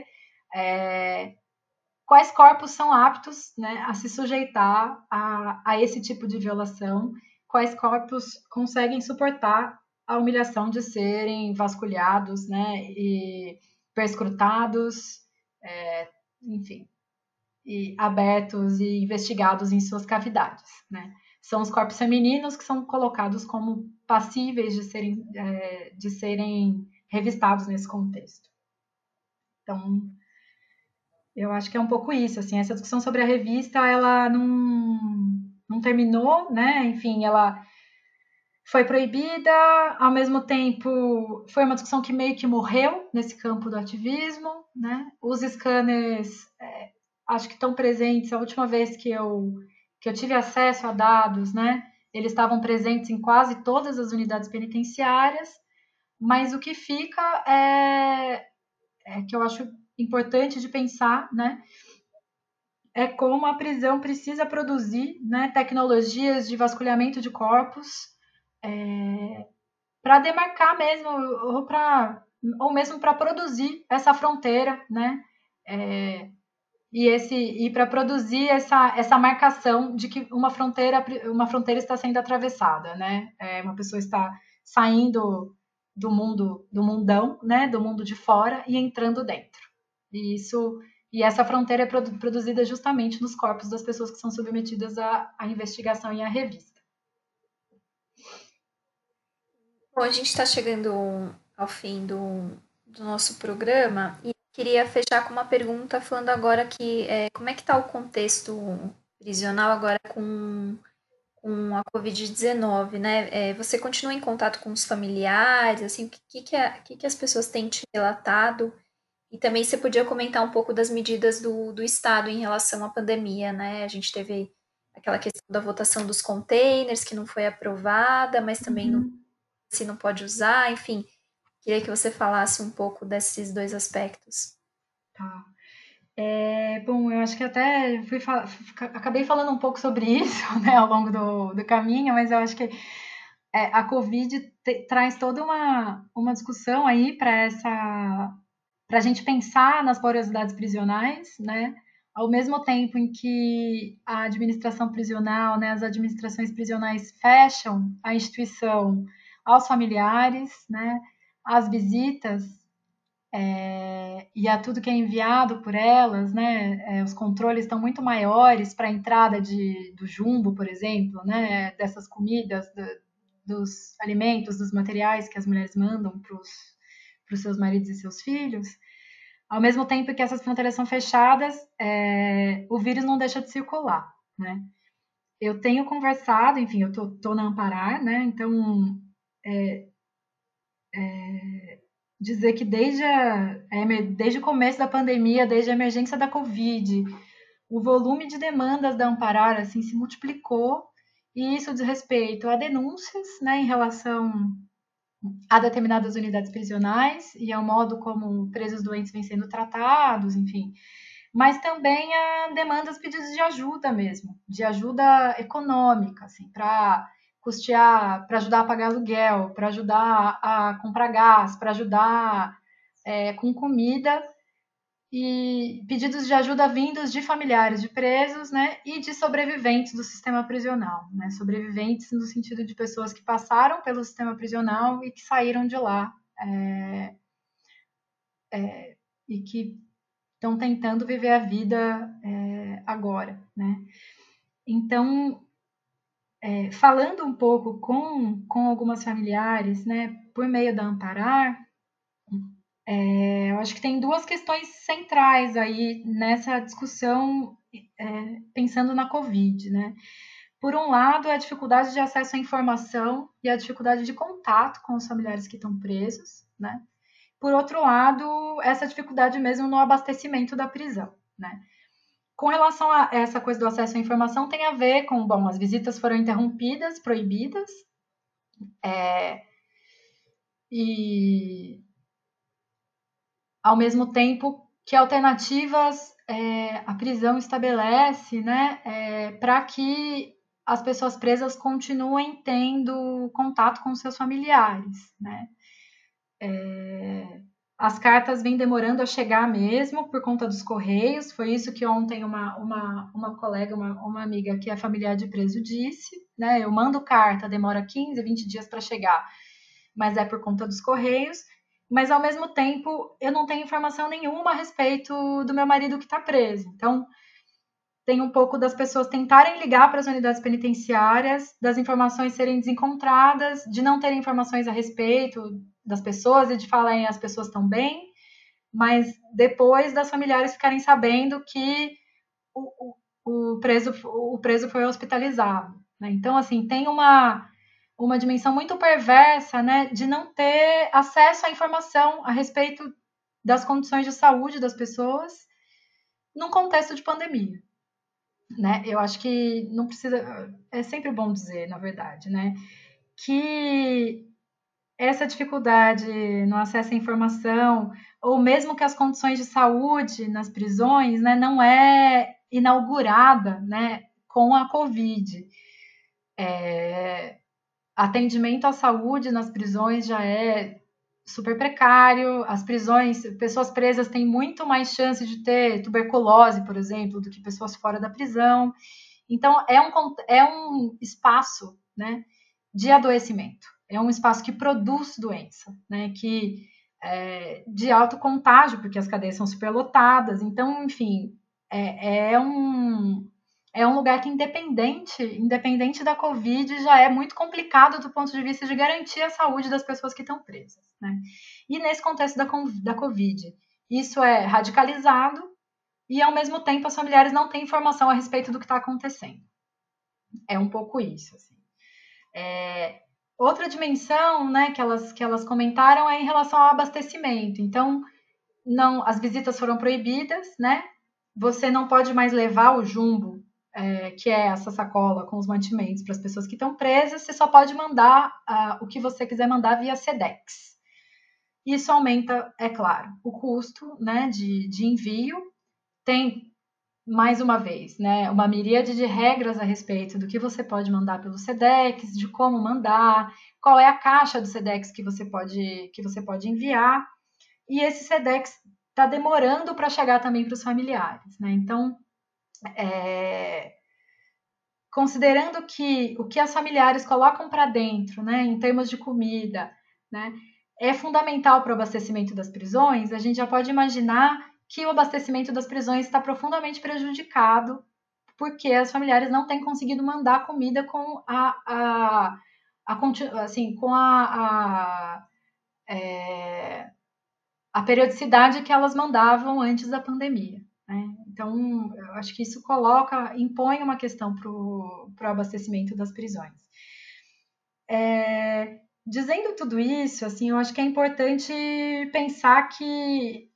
quais corpos são aptos, né, a se sujeitar a esse tipo de violação, quais corpos conseguem suportar a humilhação de serem vasculhados, né, e perscrutados, enfim, e abertos e investigados em suas cavidades, né. São os corpos femininos que são colocados como passíveis de serem revistados nesse contexto. Então, eu acho que é um pouco isso, assim, essa discussão sobre a revista, ela não terminou, né, enfim, ela foi proibida, ao mesmo tempo foi uma discussão que meio que morreu nesse campo do ativismo, né, os scanners acho que estão presentes, a última vez que eu tive acesso a dados, né, eles estavam presentes em quase todas as unidades penitenciárias, mas o que fica é que eu acho importante de pensar, né, é como a prisão precisa produzir, né, tecnologias de vasculhamento de corpos para demarcar mesmo, ou mesmo para produzir essa fronteira, né, e para produzir essa marcação de que uma fronteira está sendo atravessada, né, uma pessoa está saindo do mundão, né, do mundo de fora e entrando dentro. E essa fronteira é produzida justamente nos corpos das pessoas que são submetidas à investigação e à revista.
Bom, a gente está chegando ao fim do nosso programa e queria fechar com uma pergunta falando agora que como é que está o contexto prisional agora com a Covid-19, né? Você continua em contato com os familiares, assim, o que as pessoas têm te relatado? E também você podia comentar um pouco das medidas do Estado em relação à pandemia, né? A gente teve aquela questão da votação dos containers, que não foi aprovada, mas também não pode usar, enfim. Queria que você falasse um pouco desses dois aspectos.
Tá. Bom, eu acho que até acabei falando um pouco sobre isso, né, ao longo do caminho, mas eu acho que a Covid traz toda uma discussão aí para a gente pensar nas porosidades prisionais, né? Ao mesmo tempo em que a administração prisional, né, as administrações prisionais fecham a instituição aos familiares, né, às visitas e a tudo que é enviado por elas, né, os controles estão muito maiores para a entrada do jumbo, por exemplo, né, dessas comidas, dos alimentos, dos materiais que as mulheres mandam para os seus maridos e seus filhos. Ao mesmo tempo que essas fronteiras são fechadas, o vírus não deixa de circular, né? Eu tenho conversado, enfim, eu tô na Amparar, né? Então, dizer que desde o começo da pandemia, desde a emergência da Covid, o volume de demandas da Amparar, assim, se multiplicou, e isso diz respeito a denúncias, né, em relação a determinadas unidades prisionais e ao modo como presos doentes vêm sendo tratados, enfim, mas também a demandas, pedidos de ajuda mesmo, de ajuda econômica, assim, para custear, para ajudar a pagar aluguel, para ajudar a comprar gás, para ajudar com comida, e pedidos de ajuda vindos de familiares de presos, né, e de sobreviventes do sistema prisional, né, sobreviventes no sentido de pessoas que passaram pelo sistema prisional e que saíram de lá e que estão tentando viver a vida agora, né. Então, falando um pouco com algumas familiares, né, por meio da Amparar, eu acho que tem duas questões centrais aí nessa discussão, pensando na Covid, né? Por um lado, a dificuldade de acesso à informação e a dificuldade de contato com os familiares que estão presos, né? Por outro lado, essa dificuldade mesmo no abastecimento da prisão, né? Com relação a essa coisa do acesso à informação, tem a ver com, bom, as visitas foram interrompidas, proibidas, e ao mesmo tempo que alternativas a prisão estabelece, né, para que as pessoas presas continuem tendo contato com seus familiares, né. As cartas vêm demorando a chegar mesmo por conta dos correios. Foi isso que ontem uma colega, uma amiga que é familiar de preso disse, né? Eu mando carta, demora 15, 20 dias para chegar, mas é por conta dos correios. Mas, ao mesmo tempo, eu não tenho informação nenhuma a respeito do meu marido que está preso. Então, tem um pouco das pessoas tentarem ligar para as unidades penitenciárias, das informações serem desencontradas, de não terem informações a respeito das pessoas e de falarem as pessoas estão bem, mas depois das familiares ficarem sabendo que o preso foi hospitalizado, né? Então, assim, tem uma dimensão muito perversa, né, de não ter acesso à informação a respeito das condições de saúde das pessoas num contexto de pandemia. Né? Eu acho que não precisa, é sempre bom dizer, na verdade, né, que essa dificuldade no acesso à informação, ou mesmo que as condições de saúde nas prisões, né, não é inaugurada, né, com a Covid. Atendimento à saúde nas prisões já é super precário, as prisões, pessoas presas têm muito mais chance de ter tuberculose, por exemplo, do que pessoas fora da prisão. Então, é um espaço, né, de adoecimento, é um espaço que produz doença, né, de alto contágio, porque as cadeias são superlotadas. Então, enfim, é um lugar que, independente da Covid, já é muito complicado do ponto de vista de garantir a saúde das pessoas que estão presas, né? E nesse contexto da Covid, isso é radicalizado e, ao mesmo tempo, as familiares não têm informação a respeito do que está acontecendo. É um pouco isso, assim. Outra dimensão, né, que elas comentaram é em relação ao abastecimento. Então, as visitas foram proibidas, né? Você não pode mais levar o jumbo, que é essa sacola com os mantimentos para as pessoas que estão presas. Você só pode mandar o que você quiser mandar via Sedex. Isso aumenta, é claro, o custo, né, de envio. Tem, mais uma vez, né, uma miríade de regras a respeito do que você pode mandar pelo Sedex, de como mandar, qual é a caixa do Sedex que você pode enviar. E esse Sedex está demorando para chegar também para os familiares, né? Então, considerando que o que as familiares colocam para dentro, né, em termos de comida, né, é fundamental para o abastecimento das prisões, a gente já pode imaginar que o abastecimento das prisões está profundamente prejudicado porque as familiares não têm conseguido mandar comida com a periodicidade que elas mandavam antes da pandemia, né? Então, eu acho que isso impõe uma questão para o abastecimento das prisões. Dizendo tudo isso, assim, eu acho que é importante pensar que,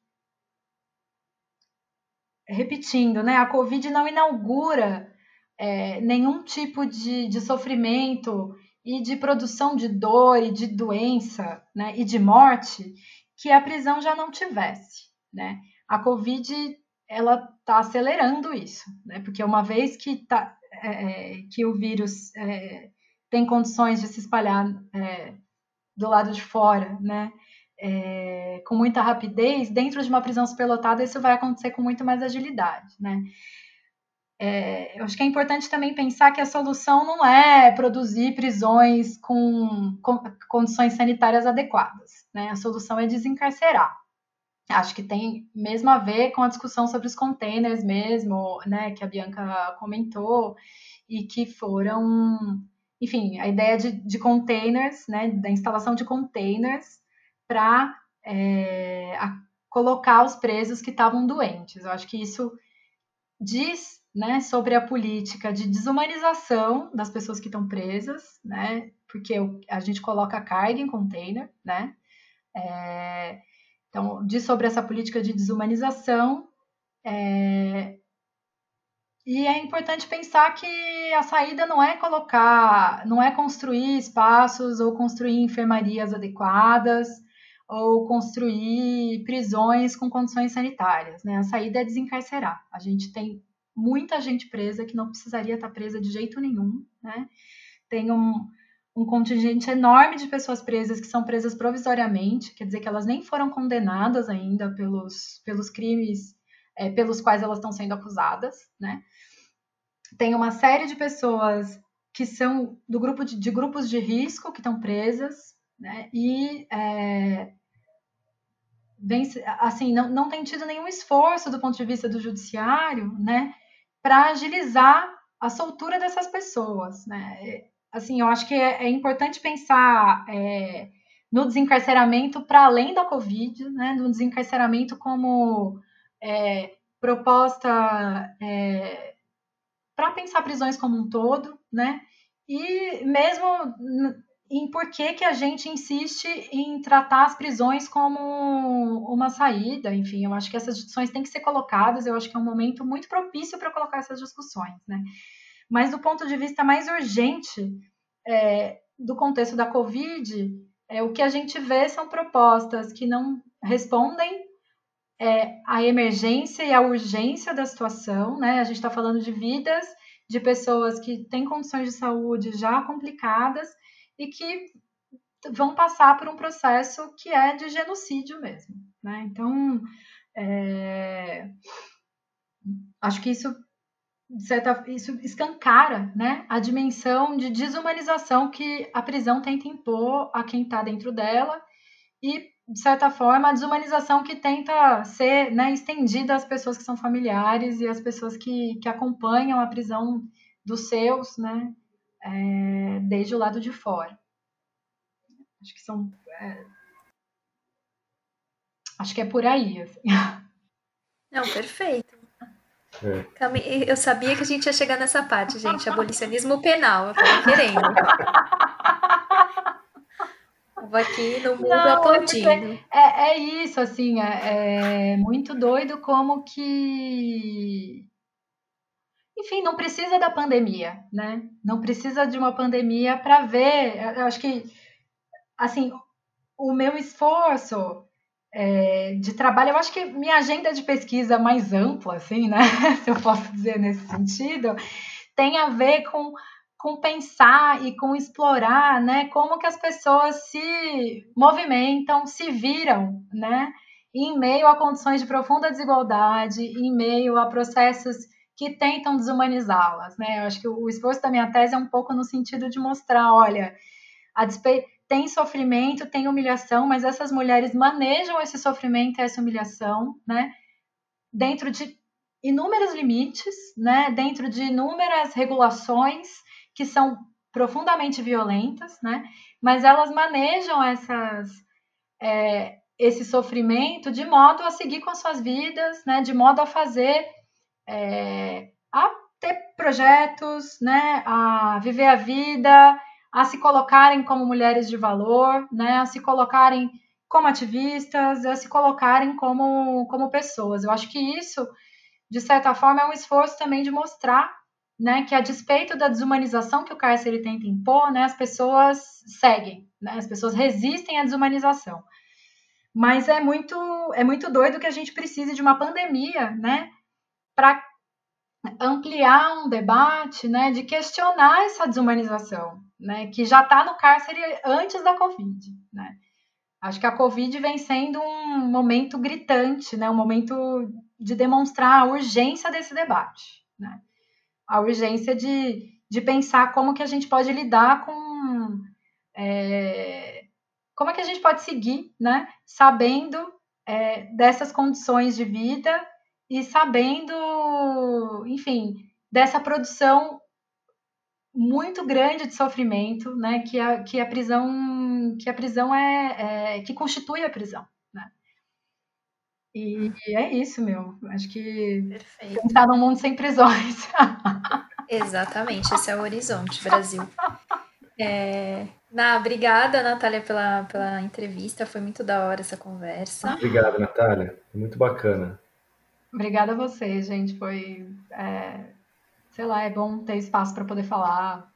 repetindo, né, a Covid não inaugura nenhum tipo de sofrimento e de produção de dor e de doença, né, e de morte que a prisão já não tivesse, né? A Covid, ela está acelerando isso, né? Porque uma vez que o vírus tem condições de se espalhar do lado de fora, né? Com muita rapidez, dentro de uma prisão superlotada, isso vai acontecer com muito mais agilidade, né? Eu acho que é importante também pensar que a solução não é produzir prisões com condições sanitárias adequadas, né? A solução é desencarcerar. Acho que tem mesmo a ver com a discussão sobre os containers mesmo, né, que a Bianca comentou, e que foram, enfim, a ideia de containers, né, da instalação de containers para colocar os presos que estavam doentes. Eu acho que isso diz, né, sobre a política de desumanização das pessoas que estão presas, né, porque a gente coloca a carga em container, né, então diz sobre essa política de desumanização, E é importante pensar que a saída não é construir espaços ou construir enfermarias adequadas ou construir prisões com condições sanitárias, né? A saída é desencarcerar. A gente tem muita gente presa que não precisaria estar presa de jeito nenhum, né? Tem um contingente enorme de pessoas presas que são presas provisoriamente, quer dizer que elas nem foram condenadas ainda pelos crimes pelos quais elas estão sendo acusadas, né? Tem uma série de pessoas que são do grupo de grupos de risco que estão presas, né? E assim, não tem tido nenhum esforço do ponto de vista do judiciário, né, para agilizar a soltura dessas pessoas, né? Assim, eu acho que é importante pensar no desencarceramento para além da Covid, né? No desencarceramento como proposta para pensar prisões como um todo, né? E mesmo em por que a gente insiste em tratar as prisões como uma saída, enfim, eu acho que essas discussões têm que ser colocadas, eu acho que é um momento muito propício para colocar essas discussões, né? Mas do ponto de vista mais urgente do contexto da Covid, o que a gente vê são propostas que não respondem à emergência e à urgência da situação, né? A gente está falando de vidas de pessoas que têm condições de saúde já complicadas e que vão passar por um processo que é de genocídio mesmo, né? Então, acho que isso escancara, né, a dimensão de desumanização que a prisão tenta impor a quem está dentro dela e, de certa forma, a desumanização que tenta ser, né, estendida às pessoas que são familiares e às pessoas que acompanham a prisão dos seus, né, desde o lado de fora. Acho que acho que é por aí, assim.
Não, perfeito. Eu sabia que a gente ia chegar nessa parte, gente. Abolicionismo penal, eu tava querendo. Tava aqui no mundo aplaudindo.
É isso, assim, é muito doido como que... Enfim, não precisa da pandemia, né? Não precisa de uma pandemia para ver. Eu acho que, assim, o meu esforço de trabalho, eu acho que minha agenda de pesquisa mais ampla, assim, né? Se eu posso dizer nesse sentido, tem a ver com pensar e com explorar, né? Como que as pessoas se movimentam, se viram, né? Em meio a condições de profunda desigualdade, em meio a processos que tentam desumanizá-las, né? Eu acho que o esforço da minha tese é um pouco no sentido de mostrar, olha, tem sofrimento, tem humilhação, mas essas mulheres manejam esse sofrimento e essa humilhação, né? Dentro de inúmeros limites, né? Dentro de inúmeras regulações que são profundamente violentas, né? Mas elas manejam esse sofrimento de modo a seguir com as suas vidas, né? De modo a fazer, a ter projetos, né? A viver a vida, a se colocarem como mulheres de valor, né? A se colocarem como ativistas, a se colocarem como pessoas. Eu acho que isso, de certa forma, é um esforço também de mostrar, né, que a despeito da desumanização que o cárcere tenta impor, né, as pessoas seguem, né, as pessoas resistem à desumanização. Mas é muito doido que a gente precise de uma pandemia, né, para ampliar um debate, né, de questionar essa desumanização, né, que já está no cárcere antes da Covid, né. Acho que a Covid vem sendo um momento gritante, né, um momento de demonstrar a urgência desse debate, né, a urgência de pensar como que a gente pode lidar com... como é que a gente pode seguir, né, sabendo dessas condições de vida e sabendo, enfim, dessa produção muito grande de sofrimento, né, que a prisão que constitui a prisão, né? E é isso, meu. Acho que
Perfeito.
pensar num mundo sem prisões.
Exatamente, esse é o horizonte, Brasil. Obrigada, Natália, pela entrevista. Foi muito da hora essa conversa.
Obrigado, Natália. Muito bacana.
Obrigada a vocês, gente. Foi sei lá, é bom ter espaço para poder falar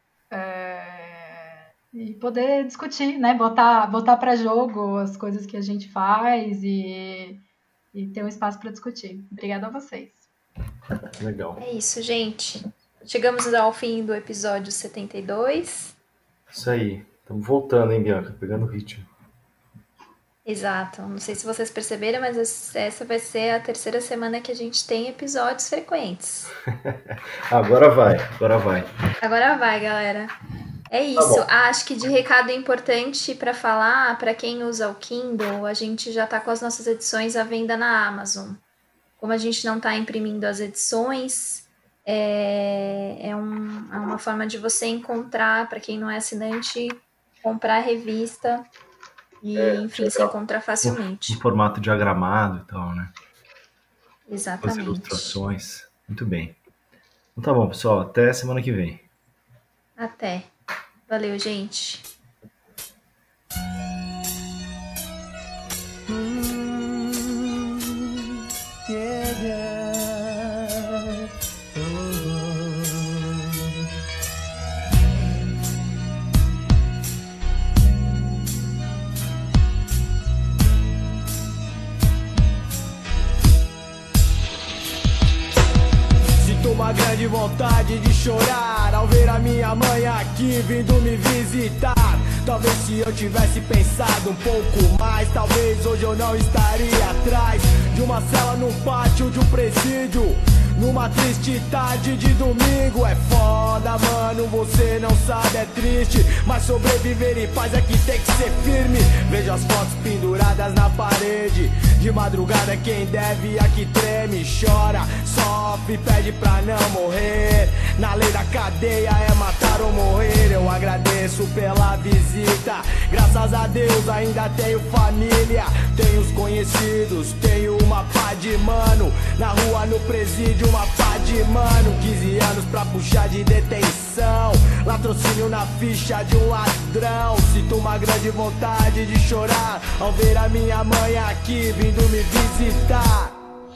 e poder discutir, né? Botar para jogo as coisas que a gente faz e ter um espaço para discutir. Obrigada a vocês.
Legal.
É isso, gente. Chegamos ao fim do episódio 72.
Isso aí. Estamos voltando, hein, Bianca? Pegando o ritmo.
Exato. Não sei se vocês perceberam, mas essa vai ser a terceira semana que a gente tem episódios frequentes.
Agora vai.
Agora vai, galera. É isso. Acho que de recado importante para falar, para quem usa o Kindle, a gente já está com as nossas edições à venda na Amazon. Como a gente não está imprimindo as edições, é uma forma de você encontrar, para quem não é assinante, comprar a revista e, enfim, se encontrar facilmente.
Em formato diagramado e tal, né?
Exatamente.
As ilustrações. Muito bem. Então tá bom, pessoal. Até semana que vem.
Até. Valeu, gente.
Uma grande vontade de chorar ao ver a minha mãe aqui vindo me visitar. Talvez se eu tivesse pensado um pouco mais, talvez hoje eu não estaria atrás de uma cela num pátio de um presídio, numa triste tarde de domingo. É foda, mano, você não sabe, é triste, mas sobreviver em paz é que tem que ser firme. Vejo as fotos penduradas na parede, de madrugada quem deve aqui treme, chora, sofre, pede pra não morrer. Na lei da cadeia é matar ou morrer. Eu agradeço pela visita, graças a Deus ainda tenho família, tenho os conhecidos, tenho uma pá de mano. Na rua, no presídio, uma pá de mano. 15 anos pra puxar de detenção, latrocínio na ficha de um ladrão. Sinto uma grande vontade de chorar ao ver a minha mãe aqui vindo me visitar.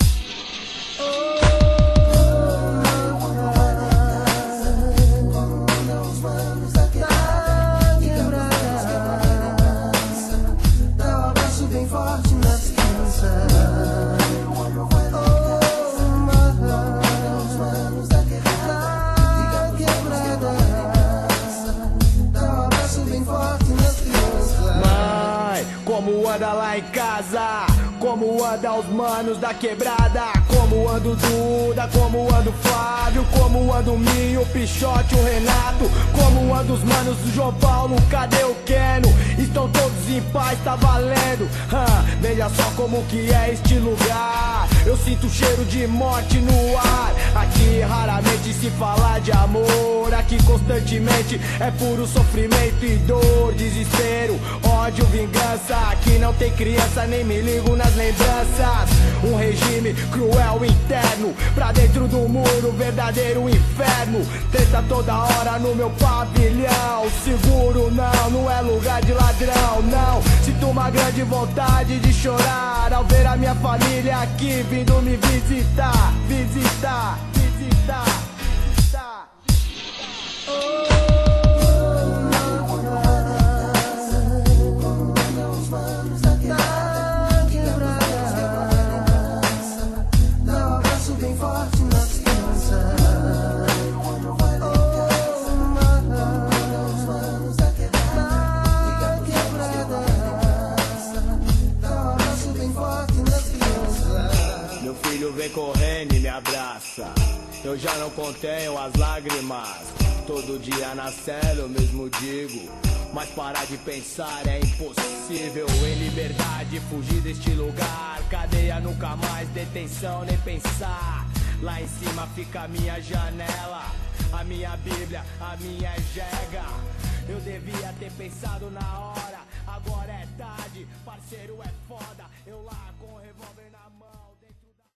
Como anda lá em casa? Como anda os manos da quebrada? Como anda o Duda? Como anda o Flávio? Como anda o Minho, o Pichote, o Renato? Como anda os manos do João Paulo? Cadê o Keno? Estão todos em paz, tá valendo. Veja só como que é este lugar. Eu sinto o cheiro de morte no ar. Aqui raramente se fala de amor. Aqui constantemente é puro sofrimento e dor, desespero, ódio, vingança. Aqui não tem criança, nem me ligo nas lembranças. Um regime cruel interno, pra dentro do muro, verdadeiro inferno. Treta toda hora no meu pavilhão. Seguro não é lugar de ladrão, não. Sinto uma grande vontade de chorar ao ver a minha família aqui vindo me visitar, visitar, visitar, visitar. Meu filho vem correndo e me abraça. Eu já não contenho as lágrimas. Todo dia na cela eu mesmo digo, mas parar de pensar é impossível. Em liberdade fugir deste lugar, cadeia nunca mais, detenção nem pensar. Lá em cima fica a minha janela, a minha Bíblia, a minha jega. Eu devia ter pensado na hora, agora é tarde, parceiro é foda. Eu lá com o revólver na mão.